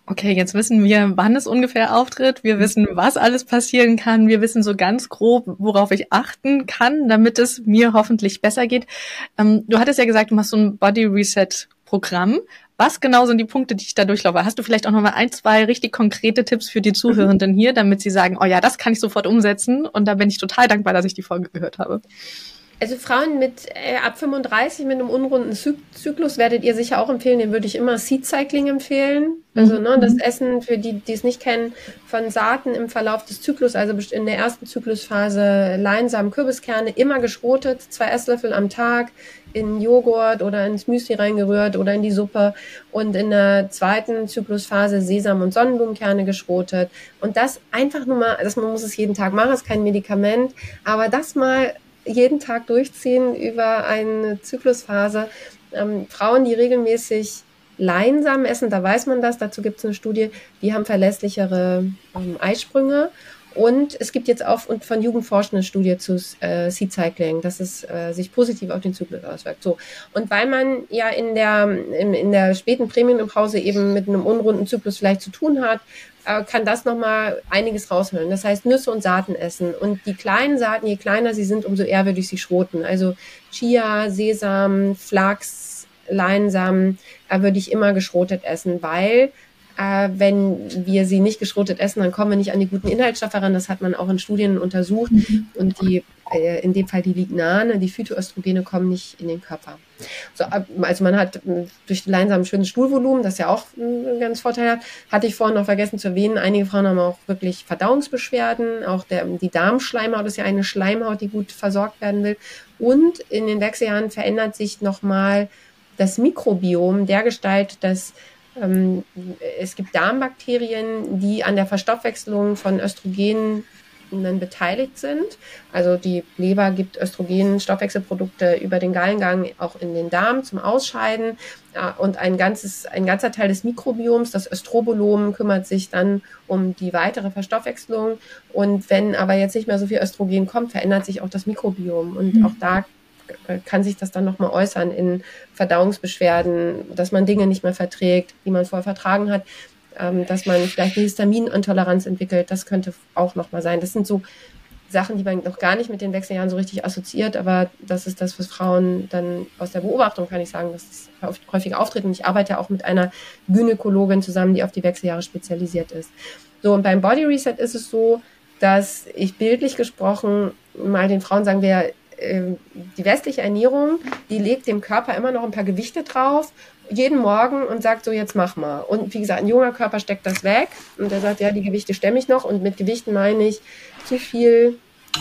Okay, jetzt wissen wir, wann es ungefähr auftritt. Wir wissen, was alles passieren kann. Wir wissen so ganz grob, worauf ich achten kann, damit es mir hoffentlich besser geht. Ähm, du hattest ja gesagt, du machst so ein Body Reset Programm. Was genau sind die Punkte, die ich da durchlaufe? Hast du vielleicht auch noch mal ein, zwei richtig konkrete Tipps für die Zuhörenden hier, damit sie sagen, oh ja, das kann ich sofort umsetzen, und da bin ich total dankbar, dass ich die Folge gehört habe. Also Frauen mit äh, ab fünfunddreißig mit einem unrunden Zy- Zyklus werdet ihr sicher auch empfehlen, den würde ich immer Seed Cycling empfehlen. Also ne, das Essen, für die, die es nicht kennen, von Saaten im Verlauf des Zyklus, also in der ersten Zyklusphase Leinsamen, Kürbiskerne, immer geschrotet, zwei Esslöffel am Tag, in Joghurt oder ins Müsli reingerührt oder in die Suppe, und in der zweiten Zyklusphase Sesam- und Sonnenblumenkerne geschrotet. Und das einfach nur mal, das, man muss es jeden Tag machen, ist kein Medikament, aber das mal jeden Tag durchziehen über eine Zyklusphase. Ähm, Frauen, die regelmäßig Leinsamen essen, da weiß man das, dazu gibt es eine Studie, die haben verlässlichere ähm, Eisprünge. Und es gibt jetzt auch von Jugendforschern eine Studie zu äh, Seed Cycling, dass es äh, sich positiv auf den Zyklus auswirkt. So. Und weil man ja in der, in, in der späten Prämenopause eben mit einem unrunden Zyklus vielleicht zu tun hat, äh, kann das nochmal einiges rausholen. Das heißt, Nüsse und Saaten essen. Und die kleinen Saaten, je kleiner sie sind, umso eher würde ich sie schroten. Also Chia, Sesam, Flachs, Leinsamen äh, würde ich immer geschrotet essen, weil Äh, wenn wir sie nicht geschrotet essen, dann kommen wir nicht an die guten Inhaltsstoffe ran. Das hat man auch in Studien untersucht. Mhm. Und die, äh, in dem Fall die Lignane, die Phytoöstrogene, kommen nicht in den Körper. So, also man hat durch die Leinsamen ein schönes Stuhlvolumen, das ja auch ein ganz Vorteil hat. Hatte ich vorhin noch vergessen zu erwähnen. Einige Frauen haben auch wirklich Verdauungsbeschwerden. Auch der, die Darmschleimhaut ist ja eine Schleimhaut, die gut versorgt werden will. Und in den Wechseljahren verändert sich nochmal das Mikrobiom dergestalt, dass es gibt Darmbakterien, die an der Verstoffwechslung von Östrogenen dann beteiligt sind. Also die Leber gibt Östrogen-Stoffwechselprodukte über den Gallengang auch in den Darm zum Ausscheiden. Und ein ganzes, ein ganzer Teil des Mikrobioms, das Östrobolom, kümmert sich dann um die weitere Verstoffwechslung. Und wenn aber jetzt nicht mehr so viel Östrogen kommt, verändert sich auch das Mikrobiom. Und mhm. auch da kann sich das dann nochmal äußern in Verdauungsbeschwerden, dass man Dinge nicht mehr verträgt, die man vorher vertragen hat, ähm, dass man vielleicht eine Histaminintoleranz entwickelt. Das könnte auch nochmal sein. Das sind so Sachen, die man noch gar nicht mit den Wechseljahren so richtig assoziiert, aber das ist das, was Frauen dann aus der Beobachtung, kann ich sagen, dass es häufig auftritt. Und ich arbeite auch mit einer Gynäkologin zusammen, die auf die Wechseljahre spezialisiert ist. So, und beim Body Reset ist es so, dass ich bildlich gesprochen mal den Frauen sagen, wir die westliche Ernährung, die legt dem Körper immer noch ein paar Gewichte drauf, jeden Morgen, und sagt so, jetzt mach mal. Und wie gesagt, ein junger Körper steckt das weg und der sagt, ja, die Gewichte stemme ich noch. Und mit Gewichten meine ich zu viel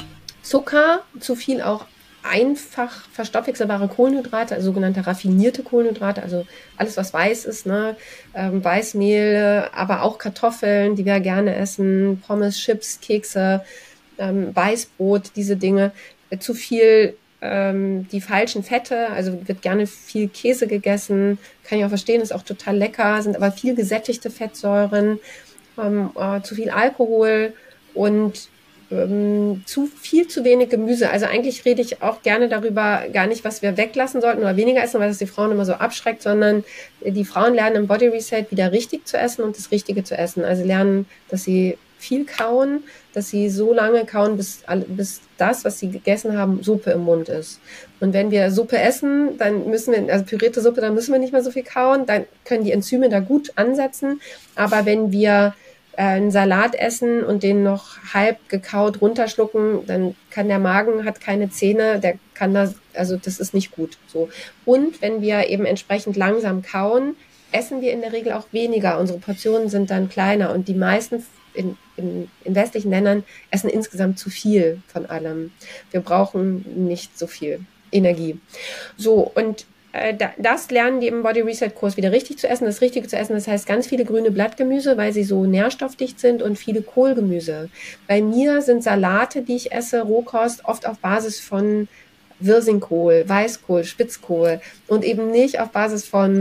Zucker, zu viel auch einfach verstoffwechselbare Kohlenhydrate, also sogenannte raffinierte Kohlenhydrate, also alles, was weiß ist, ne? ähm, Weißmehl, aber auch Kartoffeln, die wir gerne essen, Pommes, Chips, Kekse, ähm, Weißbrot, diese Dinge. Zu viel ähm, die falschen Fette, also wird gerne viel Käse gegessen, kann ich auch verstehen, ist auch total lecker, sind aber viel gesättigte Fettsäuren, ähm, äh, zu viel Alkohol und ähm, zu viel zu wenig Gemüse. Also eigentlich rede ich auch gerne darüber, gar nicht, was wir weglassen sollten oder weniger essen, weil das die Frauen immer so abschreckt, sondern die Frauen lernen im Body Reset wieder richtig zu essen und das Richtige zu essen. Also lernen, dass sie viel kauen, dass sie so lange kauen, bis, bis das, was sie gegessen haben, Suppe im Mund ist. Und wenn wir Suppe essen, dann müssen wir, also pürierte Suppe, dann müssen wir nicht mehr so viel kauen, dann können die Enzyme da gut ansetzen. Aber wenn wir äh, einen Salat essen und den noch halb gekaut runterschlucken, dann kann der Magen, hat keine Zähne, der kann das, also das ist nicht gut. So. Und wenn wir eben entsprechend langsam kauen, essen wir in der Regel auch weniger. Unsere Portionen sind dann kleiner und die meisten In, in, in westlichen Ländern essen insgesamt zu viel von allem. Wir brauchen nicht so viel Energie. So, und äh, da, das lernen die im Body Reset Kurs wieder richtig zu essen. Das Richtige zu essen, das heißt ganz viele grüne Blattgemüse, weil sie so nährstoffdicht sind, und viele Kohlgemüse. Bei mir sind Salate, die ich esse, Rohkost, oft auf Basis von Wirsingkohl, Weißkohl, Spitzkohl und eben nicht auf Basis von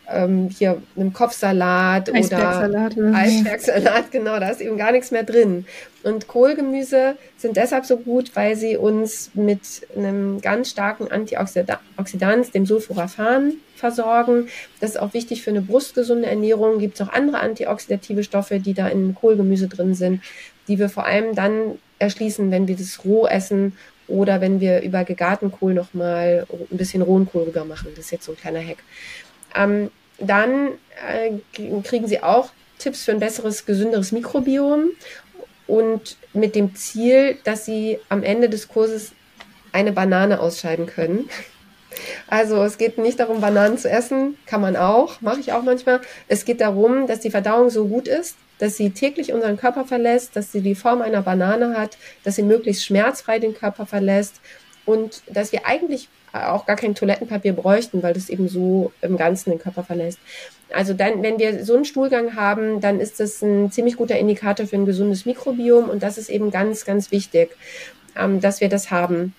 ähm, hier einem Kopfsalat Eisbergsalat oder oder so. Eisbergsalat, genau, da ist eben gar nichts mehr drin. Und Kohlgemüse sind deshalb so gut, weil sie uns mit einem ganz starken Antioxidant, dem Sulforaphan, versorgen. Das ist auch wichtig für eine brustgesunde Ernährung. Gibt es auch andere antioxidative Stoffe, die da in Kohlgemüse drin sind, die wir vor allem dann erschließen, wenn wir das roh essen oder wenn wir über gegarten Kohl nochmal ein bisschen rohen Kohl rüber machen. Das ist jetzt so ein kleiner Hack. Ähm, dann äh, kriegen Sie auch Tipps für ein besseres, gesünderes Mikrobiom und mit dem Ziel, dass Sie am Ende des Kurses eine Banane ausscheiden können. Also es geht nicht darum, Bananen zu essen, kann man auch, mache ich auch manchmal. Es geht darum, dass die Verdauung so gut ist, dass sie täglich unseren Körper verlässt, dass sie die Form einer Banane hat, dass sie möglichst schmerzfrei den Körper verlässt und dass wir eigentlich auch gar kein Toilettenpapier bräuchten, weil das eben so im Ganzen den Körper verlässt. Also dann, wenn wir so einen Stuhlgang haben, dann ist das ein ziemlich guter Indikator für ein gesundes Mikrobiom und das ist eben ganz, ganz wichtig, dass wir das haben.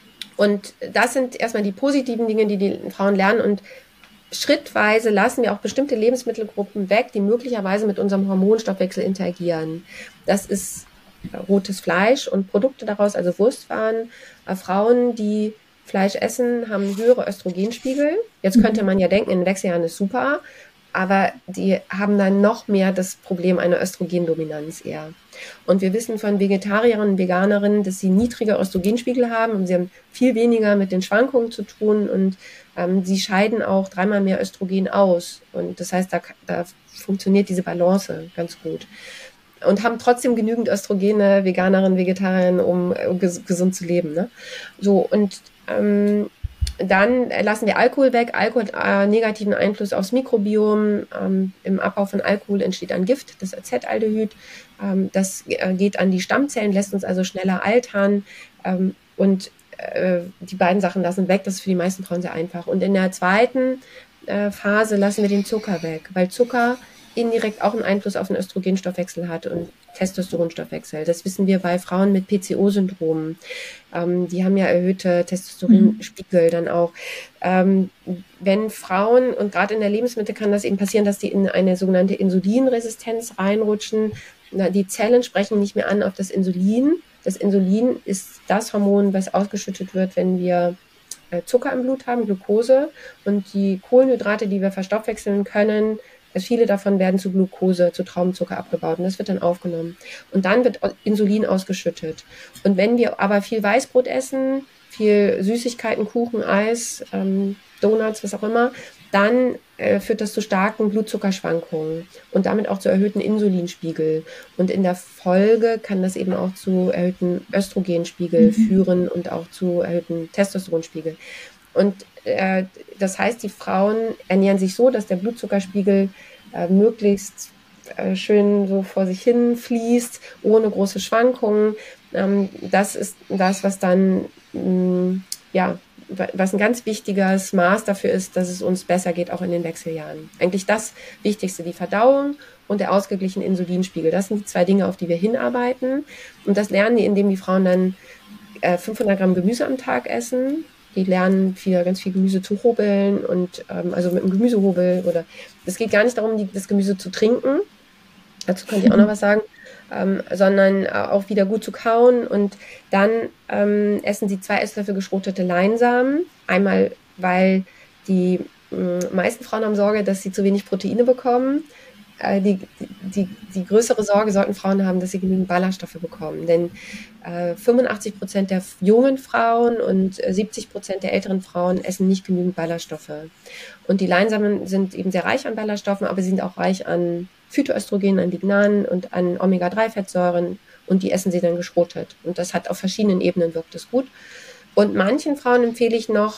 Und das sind erstmal die positiven Dinge, die die Frauen lernen und schrittweise lassen wir auch bestimmte Lebensmittelgruppen weg, die möglicherweise mit unserem Hormonstoffwechsel interagieren. Das ist rotes Fleisch und Produkte daraus, also Wurstwaren. Frauen, die Fleisch essen, haben höhere Östrogenspiegel. Jetzt könnte man ja denken, in den Wechseljahren ist super, aber die haben dann noch mehr das Problem einer Östrogendominanz eher. Und wir wissen von Vegetarierinnen und Veganerinnen, dass sie niedrige Östrogenspiegel haben und sie haben viel weniger mit den Schwankungen zu tun und ähm, sie scheiden auch dreimal mehr Östrogen aus. Und das heißt, da, da funktioniert diese Balance ganz gut. Und haben trotzdem genügend Östrogene, Veganerinnen, Vegetarierinnen, um, um ges- gesund zu leben. Ne? So, und ähm, dann lassen wir Alkohol weg. Alkohol hat äh, negativen Einfluss aufs Mikrobiom. Ähm, Im Abbau von Alkohol entsteht ein Gift, das Acetaldehyd. Ähm, das äh, geht an die Stammzellen, lässt uns also schneller altern. Ähm, und äh, die beiden Sachen lassen weg. Das ist für die meisten Frauen sehr einfach. Und in der zweiten äh, Phase lassen wir den Zucker weg, weil Zucker indirekt auch einen Einfluss auf den Östrogenstoffwechsel hat und Testosteronstoffwechsel. Das wissen wir bei Frauen mit P C O-Syndrom. Ähm, die haben ja erhöhte Testosteronspiegel dann auch. Ähm, wenn Frauen, und gerade in der Lebensmittel kann das eben passieren, dass die in eine sogenannte Insulinresistenz reinrutschen. Na, die Zellen sprechen nicht mehr an auf das Insulin. Das Insulin ist das Hormon, was ausgeschüttet wird, wenn wir äh, Zucker im Blut haben, Glucose. Und die Kohlenhydrate, die wir verstoffwechseln können, viele davon werden zu Glucose, zu Traubenzucker abgebaut und das wird dann aufgenommen. Und dann wird Insulin ausgeschüttet. Und wenn wir aber viel Weißbrot essen, viel Süßigkeiten, Kuchen, Eis, ähm, Donuts, was auch immer, dann äh, führt das zu starken Blutzuckerschwankungen und damit auch zu erhöhten Insulinspiegel. Und in der Folge kann das eben auch zu erhöhten Östrogenspiegel mhm. führen und auch zu erhöhten Testosteronspiegel. Und äh, das heißt, die Frauen ernähren sich so, dass der Blutzuckerspiegel äh, möglichst äh, schön so vor sich hin fließt, ohne große Schwankungen. Ähm, das ist das, was dann, mh, ja, was ein ganz wichtiges Maß dafür ist, dass es uns besser geht, auch in den Wechseljahren. Eigentlich das Wichtigste, die Verdauung und der ausgeglichene Insulinspiegel. Das sind die zwei Dinge, auf die wir hinarbeiten. Und das lernen die, indem die Frauen dann äh, fünfhundert Gramm Gemüse am Tag essen. Die lernen viel, ganz viel Gemüse zu hobeln und ähm, also mit einem Gemüsehobel oder es geht gar nicht darum, die, das Gemüse zu trinken. Dazu könnte ich auch noch was sagen, ähm, sondern auch wieder gut zu kauen und dann ähm, essen sie zwei Esslöffel geschrotete Leinsamen. Einmal, weil die äh, meisten Frauen haben Sorge, dass sie zu wenig Proteine bekommen. Die, die, die größere Sorge sollten Frauen haben, dass sie genügend Ballaststoffe bekommen. Denn äh, fünfundachtzig Prozent der jungen Frauen und äh, siebzig Prozent der älteren Frauen essen nicht genügend Ballaststoffe. Und die Leinsamen sind eben sehr reich an Ballaststoffen, aber sie sind auch reich an Phytoöstrogenen, an Lignanen und an Omega drei Fettsäuren. Und die essen sie dann geschrotet. Und das hat auf verschiedenen Ebenen wirkt es gut. Und manchen Frauen empfehle ich noch,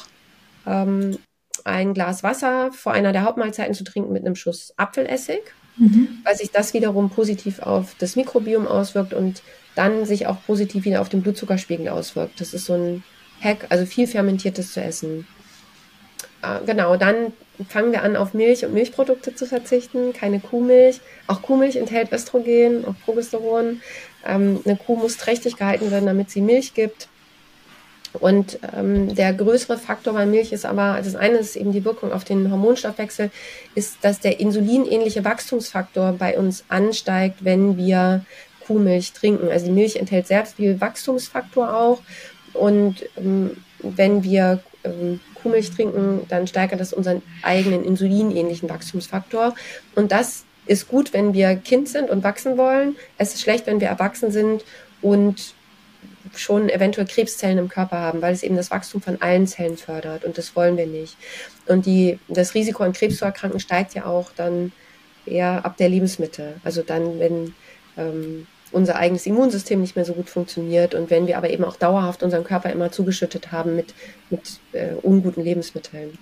ähm, ein Glas Wasser vor einer der Hauptmahlzeiten zu trinken mit einem Schuss Apfelessig. Mhm. Weil sich das wiederum positiv auf das Mikrobiom auswirkt und dann sich auch positiv wieder auf den Blutzuckerspiegel auswirkt. Das ist so ein Hack, also viel Fermentiertes zu essen. Äh, genau, dann fangen wir an, auf Milch und Milchprodukte zu verzichten, keine Kuhmilch. Auch Kuhmilch enthält Östrogen, auch Progesteron. Ähm, eine Kuh muss trächtig gehalten werden, damit sie Milch gibt. Und ähm, der größere Faktor bei Milch ist aber, das eine ist eben die Wirkung auf den Hormonstoffwechsel, ist, dass der insulinähnliche Wachstumsfaktor bei uns ansteigt, wenn wir Kuhmilch trinken. Also die Milch enthält sehr viel Wachstumsfaktor auch. Und ähm, wenn wir ähm, Kuhmilch trinken, dann steigert das unseren eigenen insulinähnlichen Wachstumsfaktor. Und das ist gut, wenn wir Kind sind und wachsen wollen. Es ist schlecht, wenn wir erwachsen sind und schon eventuell Krebszellen im Körper haben, weil es eben das Wachstum von allen Zellen fördert und das wollen wir nicht. Und die, das Risiko an Krebs zu erkranken steigt ja auch dann eher ab der Lebensmitte. Also dann, wenn ähm, unser eigenes Immunsystem nicht mehr so gut funktioniert und wenn wir aber eben auch dauerhaft unseren Körper immer zugeschüttet haben mit, mit äh, unguten Lebensmitteln.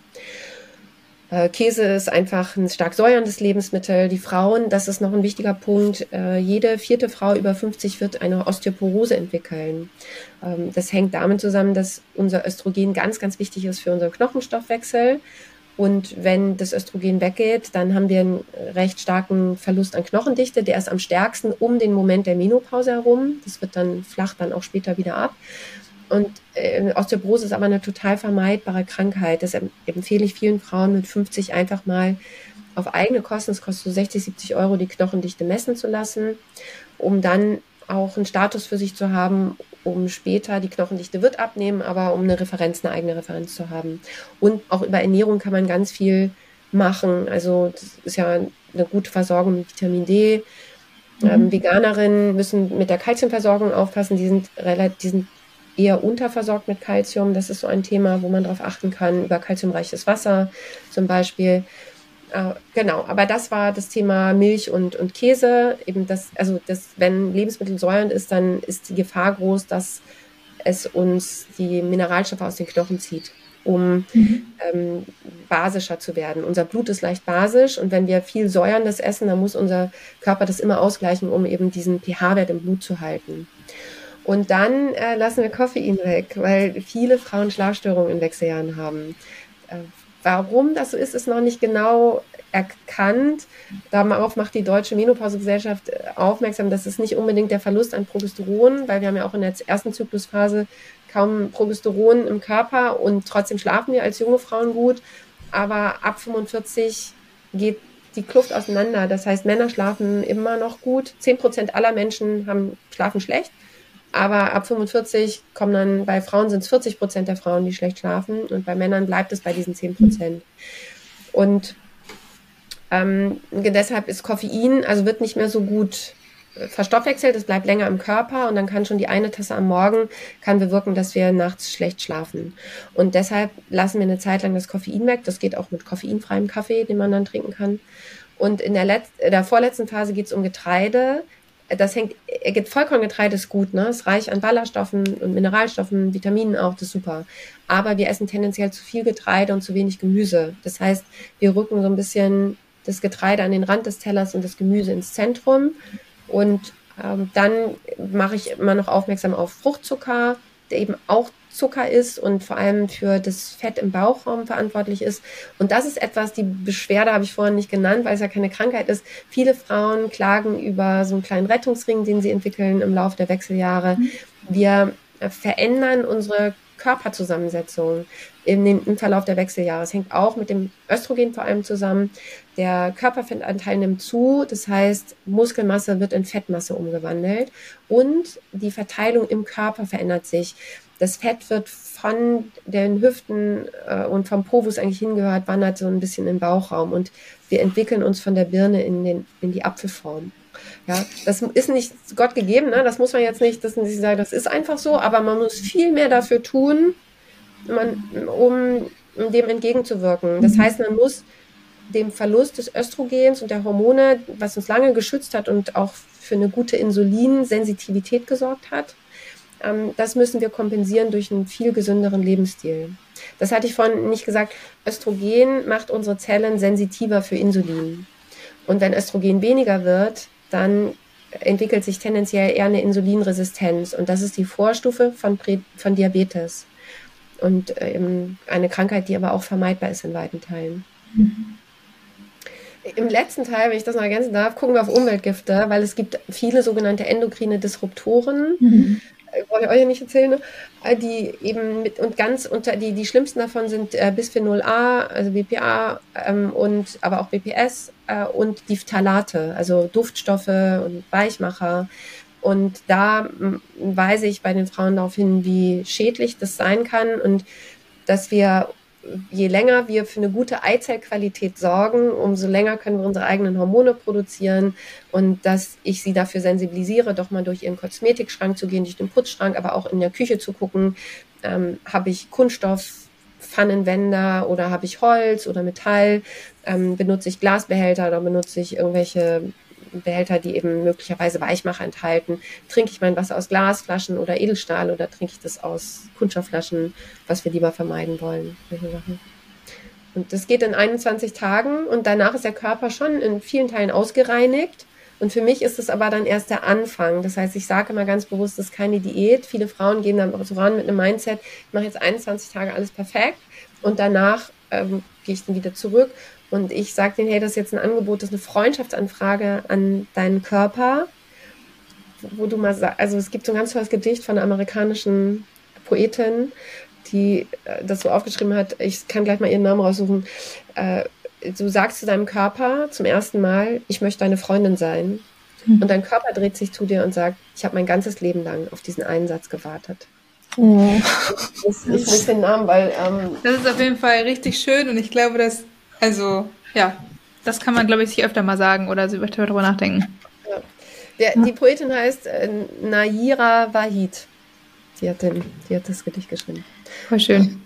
Äh, Käse ist einfach ein stark säuerndes Lebensmittel. Die Frauen, das ist noch ein wichtiger Punkt, äh, jede vierte Frau über fünfzig wird eine Osteoporose entwickeln. Ähm, das hängt damit zusammen, dass unser Östrogen ganz, ganz wichtig ist für unseren Knochenstoffwechsel. Und wenn das Östrogen weggeht, dann haben wir einen recht starken Verlust an Knochendichte. Der ist am stärksten um den Moment der Menopause herum. Das wird dann flach dann auch später wieder ab. Und äh, Osteoporose ist aber eine total vermeidbare Krankheit. Das empfehle ich vielen Frauen mit fünfzig einfach mal auf eigene Kosten, es kostet so sechzig, siebzig Euro, die Knochendichte messen zu lassen, um dann auch einen Status für sich zu haben, um später, die Knochendichte wird abnehmen, aber um eine Referenz, eine eigene Referenz zu haben. Und auch über Ernährung kann man ganz viel machen. Also das ist ja eine gute Versorgung mit Vitamin D. Mhm. Ähm, Veganerinnen müssen mit der Kalziumversorgung aufpassen, die sind relativ, die sind eher unterversorgt mit Kalzium. Das ist so ein Thema, wo man darauf achten kann, über kalziumreiches Wasser zum Beispiel. Äh, genau, aber das war das Thema Milch und, und Käse. Eben das, also das, wenn Lebensmittel säuernd ist, dann ist die Gefahr groß, dass es uns die Mineralstoffe aus den Knochen zieht, um mhm. ähm, basischer zu werden. Unser Blut ist leicht basisch und wenn wir viel Säuerndes essen, dann muss unser Körper das immer ausgleichen, um eben diesen pH-Wert im Blut zu halten. Und dann äh, lassen wir Koffein weg, weil viele Frauen Schlafstörungen in Wechseljahren haben. Äh, warum das so ist, ist noch nicht genau erkannt. Darauf macht die Deutsche Menopausegesellschaft aufmerksam, dass es nicht unbedingt der Verlust an Progesteron, weil wir haben ja auch in der ersten Zyklusphase kaum Progesteron im Körper und trotzdem schlafen wir als junge Frauen gut. Aber ab fünfundvierzig geht die Kluft auseinander. Das heißt, Männer schlafen immer noch gut. zehn Prozent aller Menschen haben, schlafen schlecht. Aber ab fünfundvierzig kommen dann, bei Frauen sind es vierzig Prozent der Frauen, die schlecht schlafen und bei Männern bleibt es bei diesen zehn Prozent. Und ähm, deshalb ist Koffein, also wird nicht mehr so gut verstoffwechselt, es bleibt länger im Körper und dann kann schon die eine Tasse am Morgen kann bewirken, dass wir nachts schlecht schlafen. Und deshalb lassen wir eine Zeit lang das Koffein weg. Das geht auch mit koffeinfreiem Kaffee, den man dann trinken kann. Und in der, Letz-, der vorletzten Phase geht es um Getreide. Das hängt, Vollkorngetreide ist gut, ne? Ist reich an Ballaststoffen und Mineralstoffen, Vitaminen auch, das ist super. Aber wir essen tendenziell zu viel Getreide und zu wenig Gemüse. Das heißt, wir rücken so ein bisschen das Getreide an den Rand des Tellers und das Gemüse ins Zentrum. Und ähm, dann mache ich immer noch aufmerksam auf Fruchtzucker, der eben auch Zucker ist und vor allem für das Fett im Bauchraum verantwortlich ist. Und das ist etwas, die Beschwerde habe ich vorhin nicht genannt, weil es ja keine Krankheit ist. Viele Frauen klagen über so einen kleinen Rettungsring, den sie entwickeln im Laufe der Wechseljahre. Wir verändern unsere Körperzusammensetzung im, im Verlauf der Wechseljahre. Es hängt auch mit dem Östrogen vor allem zusammen. Der Körperfettanteil nimmt zu, das heißt, Muskelmasse wird in Fettmasse umgewandelt und die Verteilung im Körper verändert sich. Das Fett wird von den Hüften äh, und vom Po, wo es eigentlich hingehört, wandert so ein bisschen in den Bauchraum und wir entwickeln uns von der Birne in, den, in die Apfelform. Ja, das ist nicht Gott gegeben, ne? Das muss man jetzt nicht, das nicht sagen, das ist einfach so, aber man muss viel mehr dafür tun, man, um, um dem entgegenzuwirken. Das heißt, man muss dem Verlust des Östrogens und der Hormone, was uns lange geschützt hat und auch für eine gute Insulinsensitivität gesorgt hat, ähm, das müssen wir kompensieren durch einen viel gesünderen Lebensstil. Das hatte ich vorhin nicht gesagt. Östrogen macht unsere Zellen sensitiver für Insulin. Und wenn Östrogen weniger wird, dann entwickelt sich tendenziell eher eine Insulinresistenz. Und das ist die Vorstufe von, Prä- von Diabetes. Und ähm, eine Krankheit, die aber auch vermeidbar ist in weiten Teilen. Mhm. Im letzten Teil, wenn ich das noch ergänzen darf, gucken wir auf Umweltgifte, weil es gibt viele sogenannte endokrine Disruptoren. Mhm. brauche ich euch ja nicht erzählen, ne? Die eben mit und ganz unter die, die schlimmsten davon sind äh, Bisphenol A, also B P A ähm, und aber auch B P S äh, und die Phthalate, also Duftstoffe und Weichmacher. Und da m, weise ich bei den Frauen darauf hin, wie schädlich das sein kann und dass wir, je länger wir für eine gute Eizellqualität sorgen, umso länger können wir unsere eigenen Hormone produzieren und dass ich sie dafür sensibilisiere, doch mal durch ihren Kosmetikschrank zu gehen, durch den Putzschrank, aber auch in der Küche zu gucken, ähm, habe ich Kunststoff-Pfannenwender oder habe ich Holz oder Metall, ähm, benutze ich Glasbehälter oder benutze ich irgendwelche Behälter, die eben möglicherweise Weichmacher enthalten. Trinke ich mein Wasser aus Glasflaschen oder Edelstahl oder trinke ich das aus Kunststoffflaschen, was wir lieber vermeiden wollen. Solche Sachen. Und das geht in einundzwanzig Tagen und danach ist der Körper schon in vielen Teilen ausgereinigt. Und für mich ist es aber dann erst der Anfang. Das heißt, ich sage immer ganz bewusst, das ist keine Diät. Viele Frauen gehen dann so ran mit einem Mindset, ich mache jetzt einundzwanzig Tage alles perfekt und danach ähm, gehe ich dann wieder zurück. Und ich sage denen, hey, das ist jetzt ein Angebot, das ist eine Freundschaftsanfrage an deinen Körper, wo du mal sagst, also es gibt so ein ganz tolles Gedicht von einer amerikanischen Poetin, die äh, das so aufgeschrieben hat, ich kann gleich mal ihren Namen raussuchen, äh, du sagst zu deinem Körper zum ersten Mal, ich möchte deine Freundin sein. Mhm. Und dein Körper dreht sich zu dir und sagt, ich habe mein ganzes Leben lang auf diesen einen Satz gewartet. Oh. Ich muss den Namen, weil... Ähm, das ist auf jeden Fall richtig schön und ich glaube, dass Also, ja, das kann man, glaube ich, sich öfter mal sagen oder so darüber nachdenken. Ja. Der, die Poetin heißt äh, Nayira Wahid. Die hat, den, die hat das Gedicht geschrieben. Voll schön.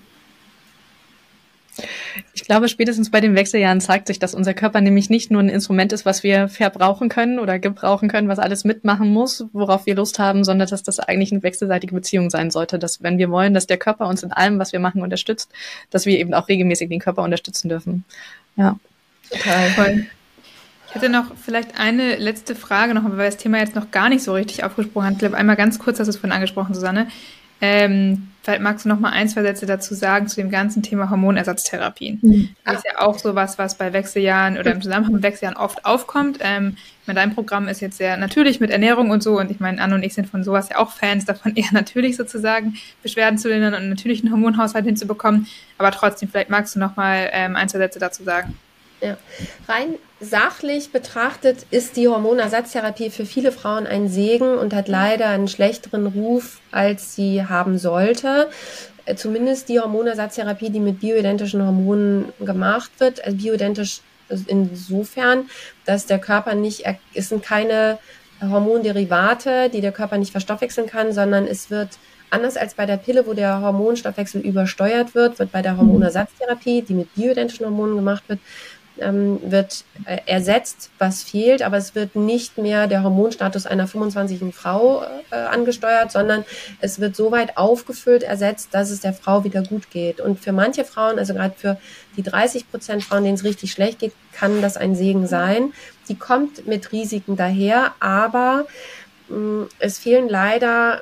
Ich glaube, spätestens bei den Wechseljahren zeigt sich, dass unser Körper nämlich nicht nur ein Instrument ist, was wir verbrauchen können oder gebrauchen können, was alles mitmachen muss, worauf wir Lust haben, sondern dass das eigentlich eine wechselseitige Beziehung sein sollte, dass wenn wir wollen, dass der Körper uns in allem, was wir machen, unterstützt, dass wir eben auch regelmäßig den Körper unterstützen dürfen. Ja. Total. Voll. Ich hätte noch vielleicht eine letzte Frage noch, weil wir das Thema jetzt noch gar nicht so richtig aufgesprochen haben. Ich glaube, einmal ganz kurz hast du es vorhin angesprochen, Susanne. Ähm, vielleicht magst du noch mal ein, zwei Sätze dazu sagen zu dem ganzen Thema Hormonersatztherapien. Mhm. Das ist ja auch sowas, was bei Wechseljahren oder im Zusammenhang mit Wechseljahren oft aufkommt. Ähm, ich meine, dein Programm ist jetzt sehr natürlich mit Ernährung und so und ich meine, Anne und ich sind von sowas ja auch Fans davon, eher natürlich sozusagen Beschwerden zu lindern und einen natürlichen Hormonhaushalt hinzubekommen. Aber trotzdem, vielleicht magst du noch mal ähm, ein, zwei Sätze dazu sagen. Ja, rein sachlich betrachtet ist die Hormonersatztherapie für viele Frauen ein Segen und hat leider einen schlechteren Ruf, als sie haben sollte. Zumindest die Hormonersatztherapie, die mit bioidentischen Hormonen gemacht wird. Also bioidentisch insofern, dass der Körper nicht, es sind keine Hormonderivate, die der Körper nicht verstoffwechseln kann, sondern es wird anders als bei der Pille, wo der Hormonstoffwechsel übersteuert wird, wird bei der Hormonersatztherapie, die mit bioidentischen Hormonen gemacht wird, ähm, wird äh, ersetzt, was fehlt, aber es wird nicht mehr der Hormonstatus einer fünfundzwanzigjährigen Frau äh, angesteuert, sondern es wird so weit aufgefüllt, ersetzt, dass es der Frau wieder gut geht. Und für manche Frauen, also gerade für die dreißig Prozent Frauen, denen es richtig schlecht geht, kann das ein Segen sein. Die kommt mit Risiken daher, aber mh, es fehlen leider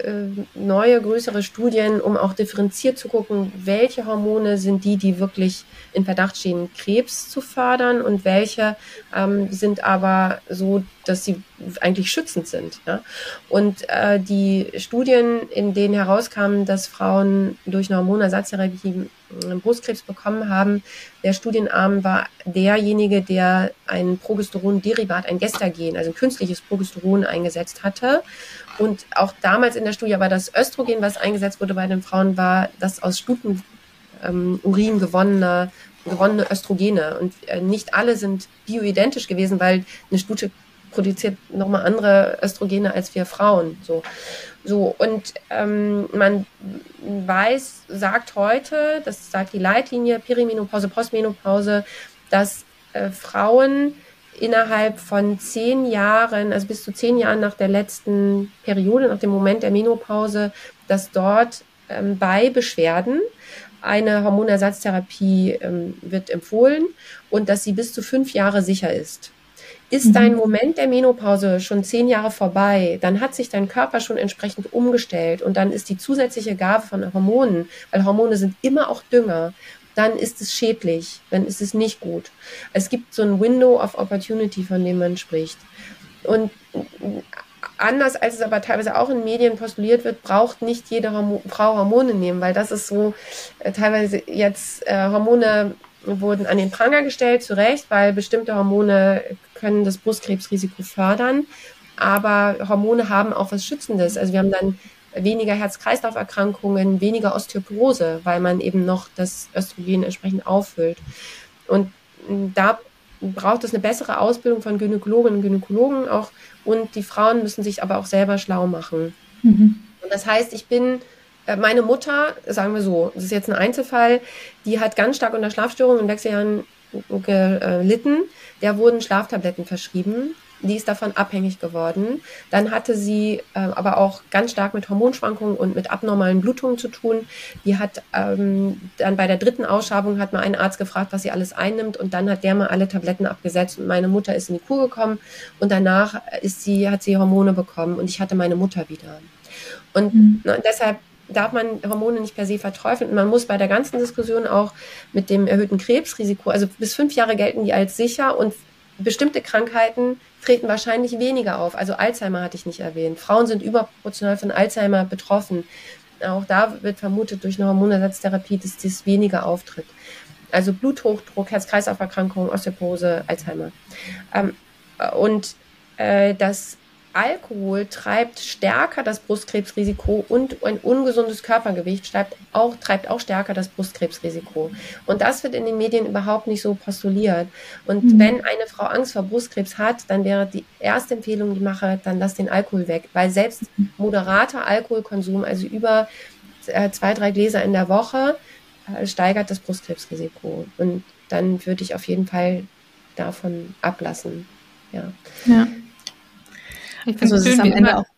neue, größere Studien, um auch differenziert zu gucken, welche Hormone sind die, die wirklich in Verdacht stehen, Krebs zu fördern und welche ähm, sind aber so, dass sie eigentlich schützend sind. Ja? Und äh, die Studien, in denen herauskam, dass Frauen durch eine Hormonersatztherapie Brustkrebs bekommen haben, der Studienarm war derjenige, der ein Progesteronderivat, ein Gestagen, also ein künstliches Progesteron eingesetzt hatte. Und auch damals in der Studie war das Östrogen, was eingesetzt wurde bei den Frauen, war das aus Stutenurin ähm, gewonnene, gewonnene Östrogene. Und äh, nicht alle sind bioidentisch gewesen, weil eine Stute produziert nochmal andere Östrogene als wir Frauen. So, so und ähm, man weiß, sagt heute, das sagt die Leitlinie Perimenopause, Postmenopause, dass äh, Frauen innerhalb von zehn Jahren, also bis zu zehn Jahren nach der letzten Periode, nach dem Moment der Menopause, dass dort ähm, bei Beschwerden eine Hormonersatztherapie ähm, wird empfohlen und dass sie bis zu fünf Jahre sicher ist. Ist mhm. dein Moment der Menopause schon zehn Jahre vorbei, dann hat sich dein Körper schon entsprechend umgestellt und dann ist die zusätzliche Gabe von Hormonen, weil Hormone sind immer auch Dünger, dann ist es schädlich, dann ist es nicht gut. Es gibt so ein Window of Opportunity, von dem man spricht. Und anders als es aber teilweise auch in Medien postuliert wird, braucht nicht jede Hormo- Frau Hormone nehmen, weil das ist so äh, teilweise jetzt äh, Hormone wurden an den Pranger gestellt, zu Recht, weil bestimmte Hormone können das Brustkrebsrisiko fördern, aber Hormone haben auch was Schützendes. Also wir haben dann weniger Herz-Kreislauf-Erkrankungen, weniger Osteoporose, weil man eben noch das Östrogen entsprechend auffüllt. Und da braucht es eine bessere Ausbildung von Gynäkologinnen und Gynäkologen auch, und die Frauen müssen sich aber auch selber schlau machen. Mhm. Und das heißt, ich bin, meine Mutter, sagen wir so, das ist jetzt ein Einzelfall, die hat ganz stark unter Schlafstörungen in Wechseljahren gelitten, der wurden Schlaftabletten verschrieben. Die ist davon abhängig geworden. Dann hatte sie äh, aber auch ganz stark mit Hormonschwankungen und mit abnormalen Blutungen zu tun. Die hat ähm, dann bei der dritten Ausschabung hat mal ein Arzt gefragt, was sie alles einnimmt, und dann hat der mal alle Tabletten abgesetzt und meine Mutter ist in die Kur gekommen und danach ist sie, hat sie Hormone bekommen und ich hatte meine Mutter wieder. Und mhm. na, deshalb darf man Hormone nicht per se verteufeln. Und man muss bei der ganzen Diskussion auch mit dem erhöhten Krebsrisiko, also bis fünf Jahre gelten die als sicher, und bestimmte Krankheiten treten wahrscheinlich weniger auf. Also Alzheimer hatte ich nicht erwähnt. Frauen sind überproportional von Alzheimer betroffen. Auch da wird vermutet durch eine Hormonersatztherapie, dass das weniger auftritt. Also Bluthochdruck, Herz-Kreislauf-Erkrankungen, Osteoporose, Alzheimer. Ähm, und äh, das Alkohol treibt stärker das Brustkrebsrisiko, und ein ungesundes Körpergewicht treibt auch, treibt auch stärker das Brustkrebsrisiko. Und das wird in den Medien überhaupt nicht so postuliert. Und mhm. wenn eine Frau Angst vor Brustkrebs hat, dann wäre die erste Empfehlung, die ich mache, dann lass den Alkohol weg. Weil selbst moderater Alkoholkonsum, also über äh, zwei, drei Gläser in der Woche, äh, steigert das Brustkrebsrisiko. Und dann würde ich auf jeden Fall davon ablassen. Ja. Ja. Ich finde, also es ist am Ende auch,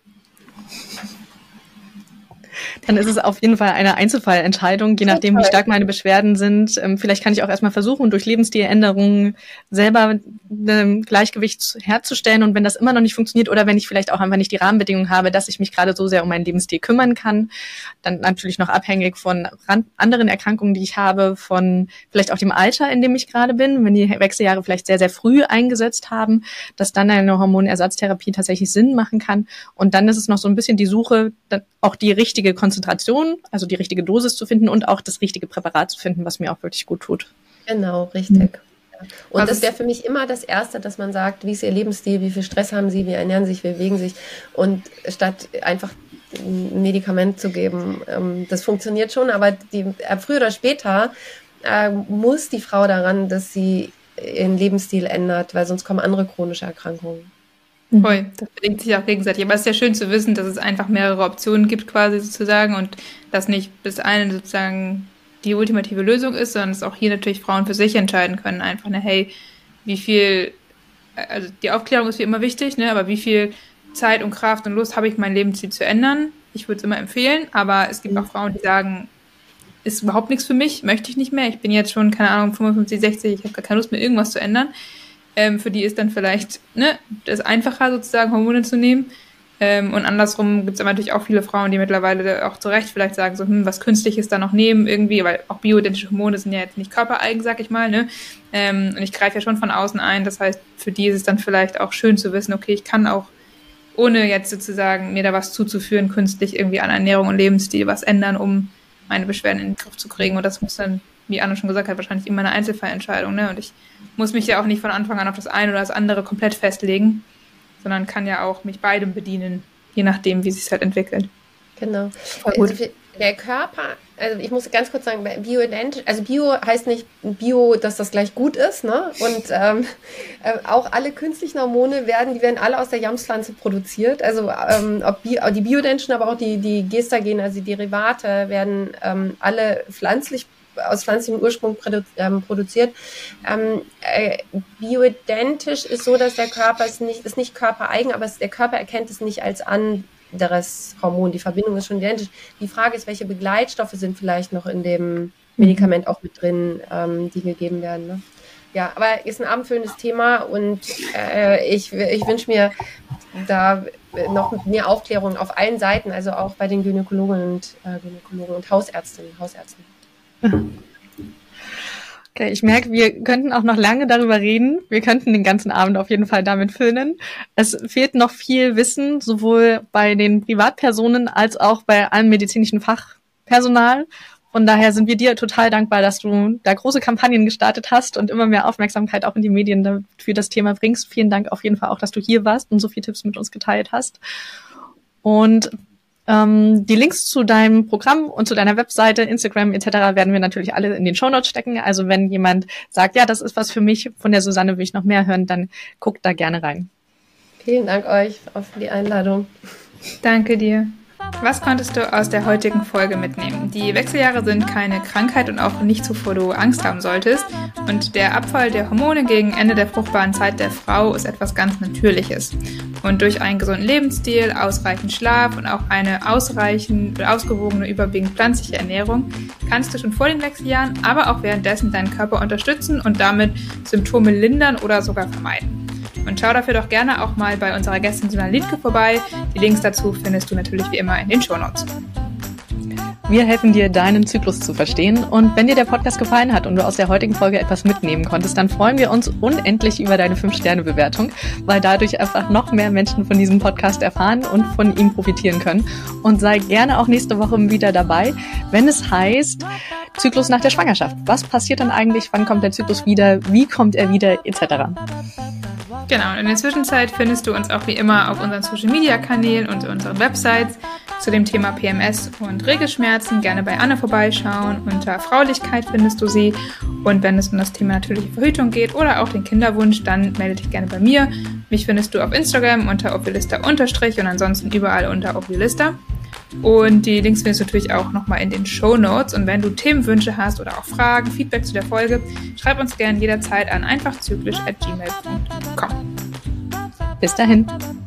dann ist es auf jeden Fall eine Einzelfallentscheidung, je nachdem, wie stark meine Beschwerden sind. Ähm, vielleicht kann ich auch erstmal versuchen, durch Lebensstiländerungen selber ein Gleichgewicht herzustellen. Und wenn das immer noch nicht funktioniert oder wenn ich vielleicht auch einfach nicht die Rahmenbedingungen habe, dass ich mich gerade so sehr um meinen Lebensstil kümmern kann, dann natürlich noch abhängig von anderen Erkrankungen, die ich habe, von vielleicht auch dem Alter, in dem ich gerade bin, wenn die Wechseljahre vielleicht sehr, sehr früh eingesetzt haben, dass dann eine Hormonersatztherapie tatsächlich Sinn machen kann. Und dann ist es noch so ein bisschen die Suche, auch die richtige Konzentration, also die richtige Dosis zu finden und auch das richtige Präparat zu finden, was mir auch wirklich gut tut. Genau, richtig. Mhm. Und also das wäre für mich immer das Erste, dass man sagt, wie ist Ihr Lebensstil, wie viel Stress haben Sie, wie ernähren Sie sich, wie bewegen Sie sich, und statt einfach ein Medikament zu geben, ähm, das funktioniert schon, aber die, äh, früher oder später äh, muss die Frau daran, dass sie ihren Lebensstil ändert, weil sonst kommen andere chronische Erkrankungen. Voll, das bedingt sich auch gegenseitig. Aber es ist ja schön zu wissen, dass es einfach mehrere Optionen gibt quasi sozusagen und dass nicht bis eine sozusagen die ultimative Lösung ist, sondern dass auch hier natürlich Frauen für sich entscheiden können. Einfach, ne, hey, wie viel, also die Aufklärung ist wie immer wichtig, ne, aber wie viel Zeit und Kraft und Lust habe ich, mein Lebensstil zu ändern? Ich würde es immer empfehlen, aber es gibt mhm. auch Frauen, die sagen, ist überhaupt nichts für mich, möchte ich nicht mehr. Ich bin jetzt schon, keine Ahnung, fünfundfünfzig, sechzig, ich habe gar keine Lust mehr, irgendwas zu ändern. Ähm, für die ist dann vielleicht ne, das einfacher sozusagen, Hormone zu nehmen. Ähm, und andersrum gibt es aber natürlich auch viele Frauen, die mittlerweile auch zu Recht vielleicht sagen, so, hm, was Künstliches da noch nehmen irgendwie, weil auch bioidentische Hormone sind ja jetzt nicht körpereigen, sag ich mal, ne? Ähm, und ich greife ja schon von außen ein. Das heißt, für die ist es dann vielleicht auch schön zu wissen, okay, ich kann auch, ohne jetzt sozusagen mir da was zuzuführen, künstlich irgendwie an Ernährung und Lebensstil was ändern, um meine Beschwerden in den Griff zu kriegen. Und das muss dann, wie Anne schon gesagt hat, wahrscheinlich immer eine Einzelfallentscheidung, ne? Und ich muss mich ja auch nicht von Anfang an auf das eine oder das andere komplett festlegen, sondern kann ja auch mich beidem bedienen, je nachdem, wie es sich halt entwickelt. Genau. Also der Körper, also ich muss ganz kurz sagen, bioidentisch, also Bio heißt nicht Bio, dass das gleich gut ist, ne? Und ähm, äh, auch alle künstlichen Hormone werden, die werden alle aus der Jamspflanze produziert. Also ähm, ob Bio, die bioidentischen, aber auch die, die Gestagene, also die Derivate, werden ähm, alle pflanzlich aus pflanzlichem Ursprung produ- ähm, produziert. Ähm, äh, bioidentisch ist so, dass der Körper ist nicht, ist nicht körpereigen, aber es, der Körper erkennt es nicht als anderes Hormon. Die Verbindung ist schon identisch. Die Frage ist, welche Begleitstoffe sind vielleicht noch in dem Medikament auch mit drin, ähm, die gegeben werden. Ne? Ja, aber ist ein abendfüllendes Thema und äh, ich, ich wünsche mir da noch mehr Aufklärung auf allen Seiten, also auch bei den Gynäkologen und äh, Gynäkologen und Hausärztinnen, Hausärzten. Okay, ich merke, wir könnten auch noch lange darüber reden. Wir könnten den ganzen Abend auf jeden Fall damit füllen. Es fehlt noch viel Wissen, sowohl bei den Privatpersonen als auch bei allem medizinischen Fachpersonal. Von daher sind wir dir total dankbar, dass du da große Kampagnen gestartet hast und immer mehr Aufmerksamkeit auch in die Medien für das Thema bringst. Vielen Dank auf jeden Fall auch, dass du hier warst und so viele Tipps mit uns geteilt hast. Und Ähm, die Links zu deinem Programm und zu deiner Webseite, Instagram et cetera werden wir natürlich alle in den Shownotes stecken. Also wenn jemand sagt, ja, das ist was für mich, von der Susanne will ich noch mehr hören, dann guckt da gerne rein. Vielen Dank euch für die Einladung. Danke dir. Was konntest du aus der heutigen Folge mitnehmen? Die Wechseljahre sind keine Krankheit und auch nichts, wovor du Angst haben solltest. Und der Abfall der Hormone gegen Ende der fruchtbaren Zeit der Frau ist etwas ganz Natürliches. Und durch einen gesunden Lebensstil, ausreichend Schlaf und auch eine ausreichend ausgewogene, überwiegend pflanzliche Ernährung kannst du schon vor den Wechseljahren, aber auch währenddessen deinen Körper unterstützen und damit Symptome lindern oder sogar vermeiden. Und schau dafür doch gerne auch mal bei unserer Gästin Susanne Liedtke vorbei. Die Links dazu findest du natürlich wie immer in den Shownotes. Wir helfen dir, deinen Zyklus zu verstehen. Und wenn dir der Podcast gefallen hat und du aus der heutigen Folge etwas mitnehmen konntest, dann freuen wir uns unendlich über deine fünf Sterne Bewertung, weil dadurch einfach noch mehr Menschen von diesem Podcast erfahren und von ihm profitieren können. Und sei gerne auch nächste Woche wieder dabei, wenn es heißt Zyklus nach der Schwangerschaft. Was passiert dann eigentlich? Wann kommt der Zyklus wieder? Wie kommt er wieder? et cetera. Genau, und in der Zwischenzeit findest du uns auch wie immer auf unseren Social-Media-Kanälen und unseren Websites zu dem Thema P M S und Regelschmerzen. Gerne bei Anne vorbeischauen. Unter Fraulichkeit findest du sie. Und wenn es um das Thema natürliche Verhütung geht oder auch den Kinderwunsch, dann melde dich gerne bei mir. Mich findest du auf Instagram unter Ovulista unterstrich und ansonsten überall unter Ovulista. Und die Links findest du natürlich auch nochmal in den Shownotes. Und wenn du Themenwünsche hast oder auch Fragen, Feedback zu der Folge, schreib uns gerne jederzeit an einfachzyklisch at gmail punkt com. Bis dahin.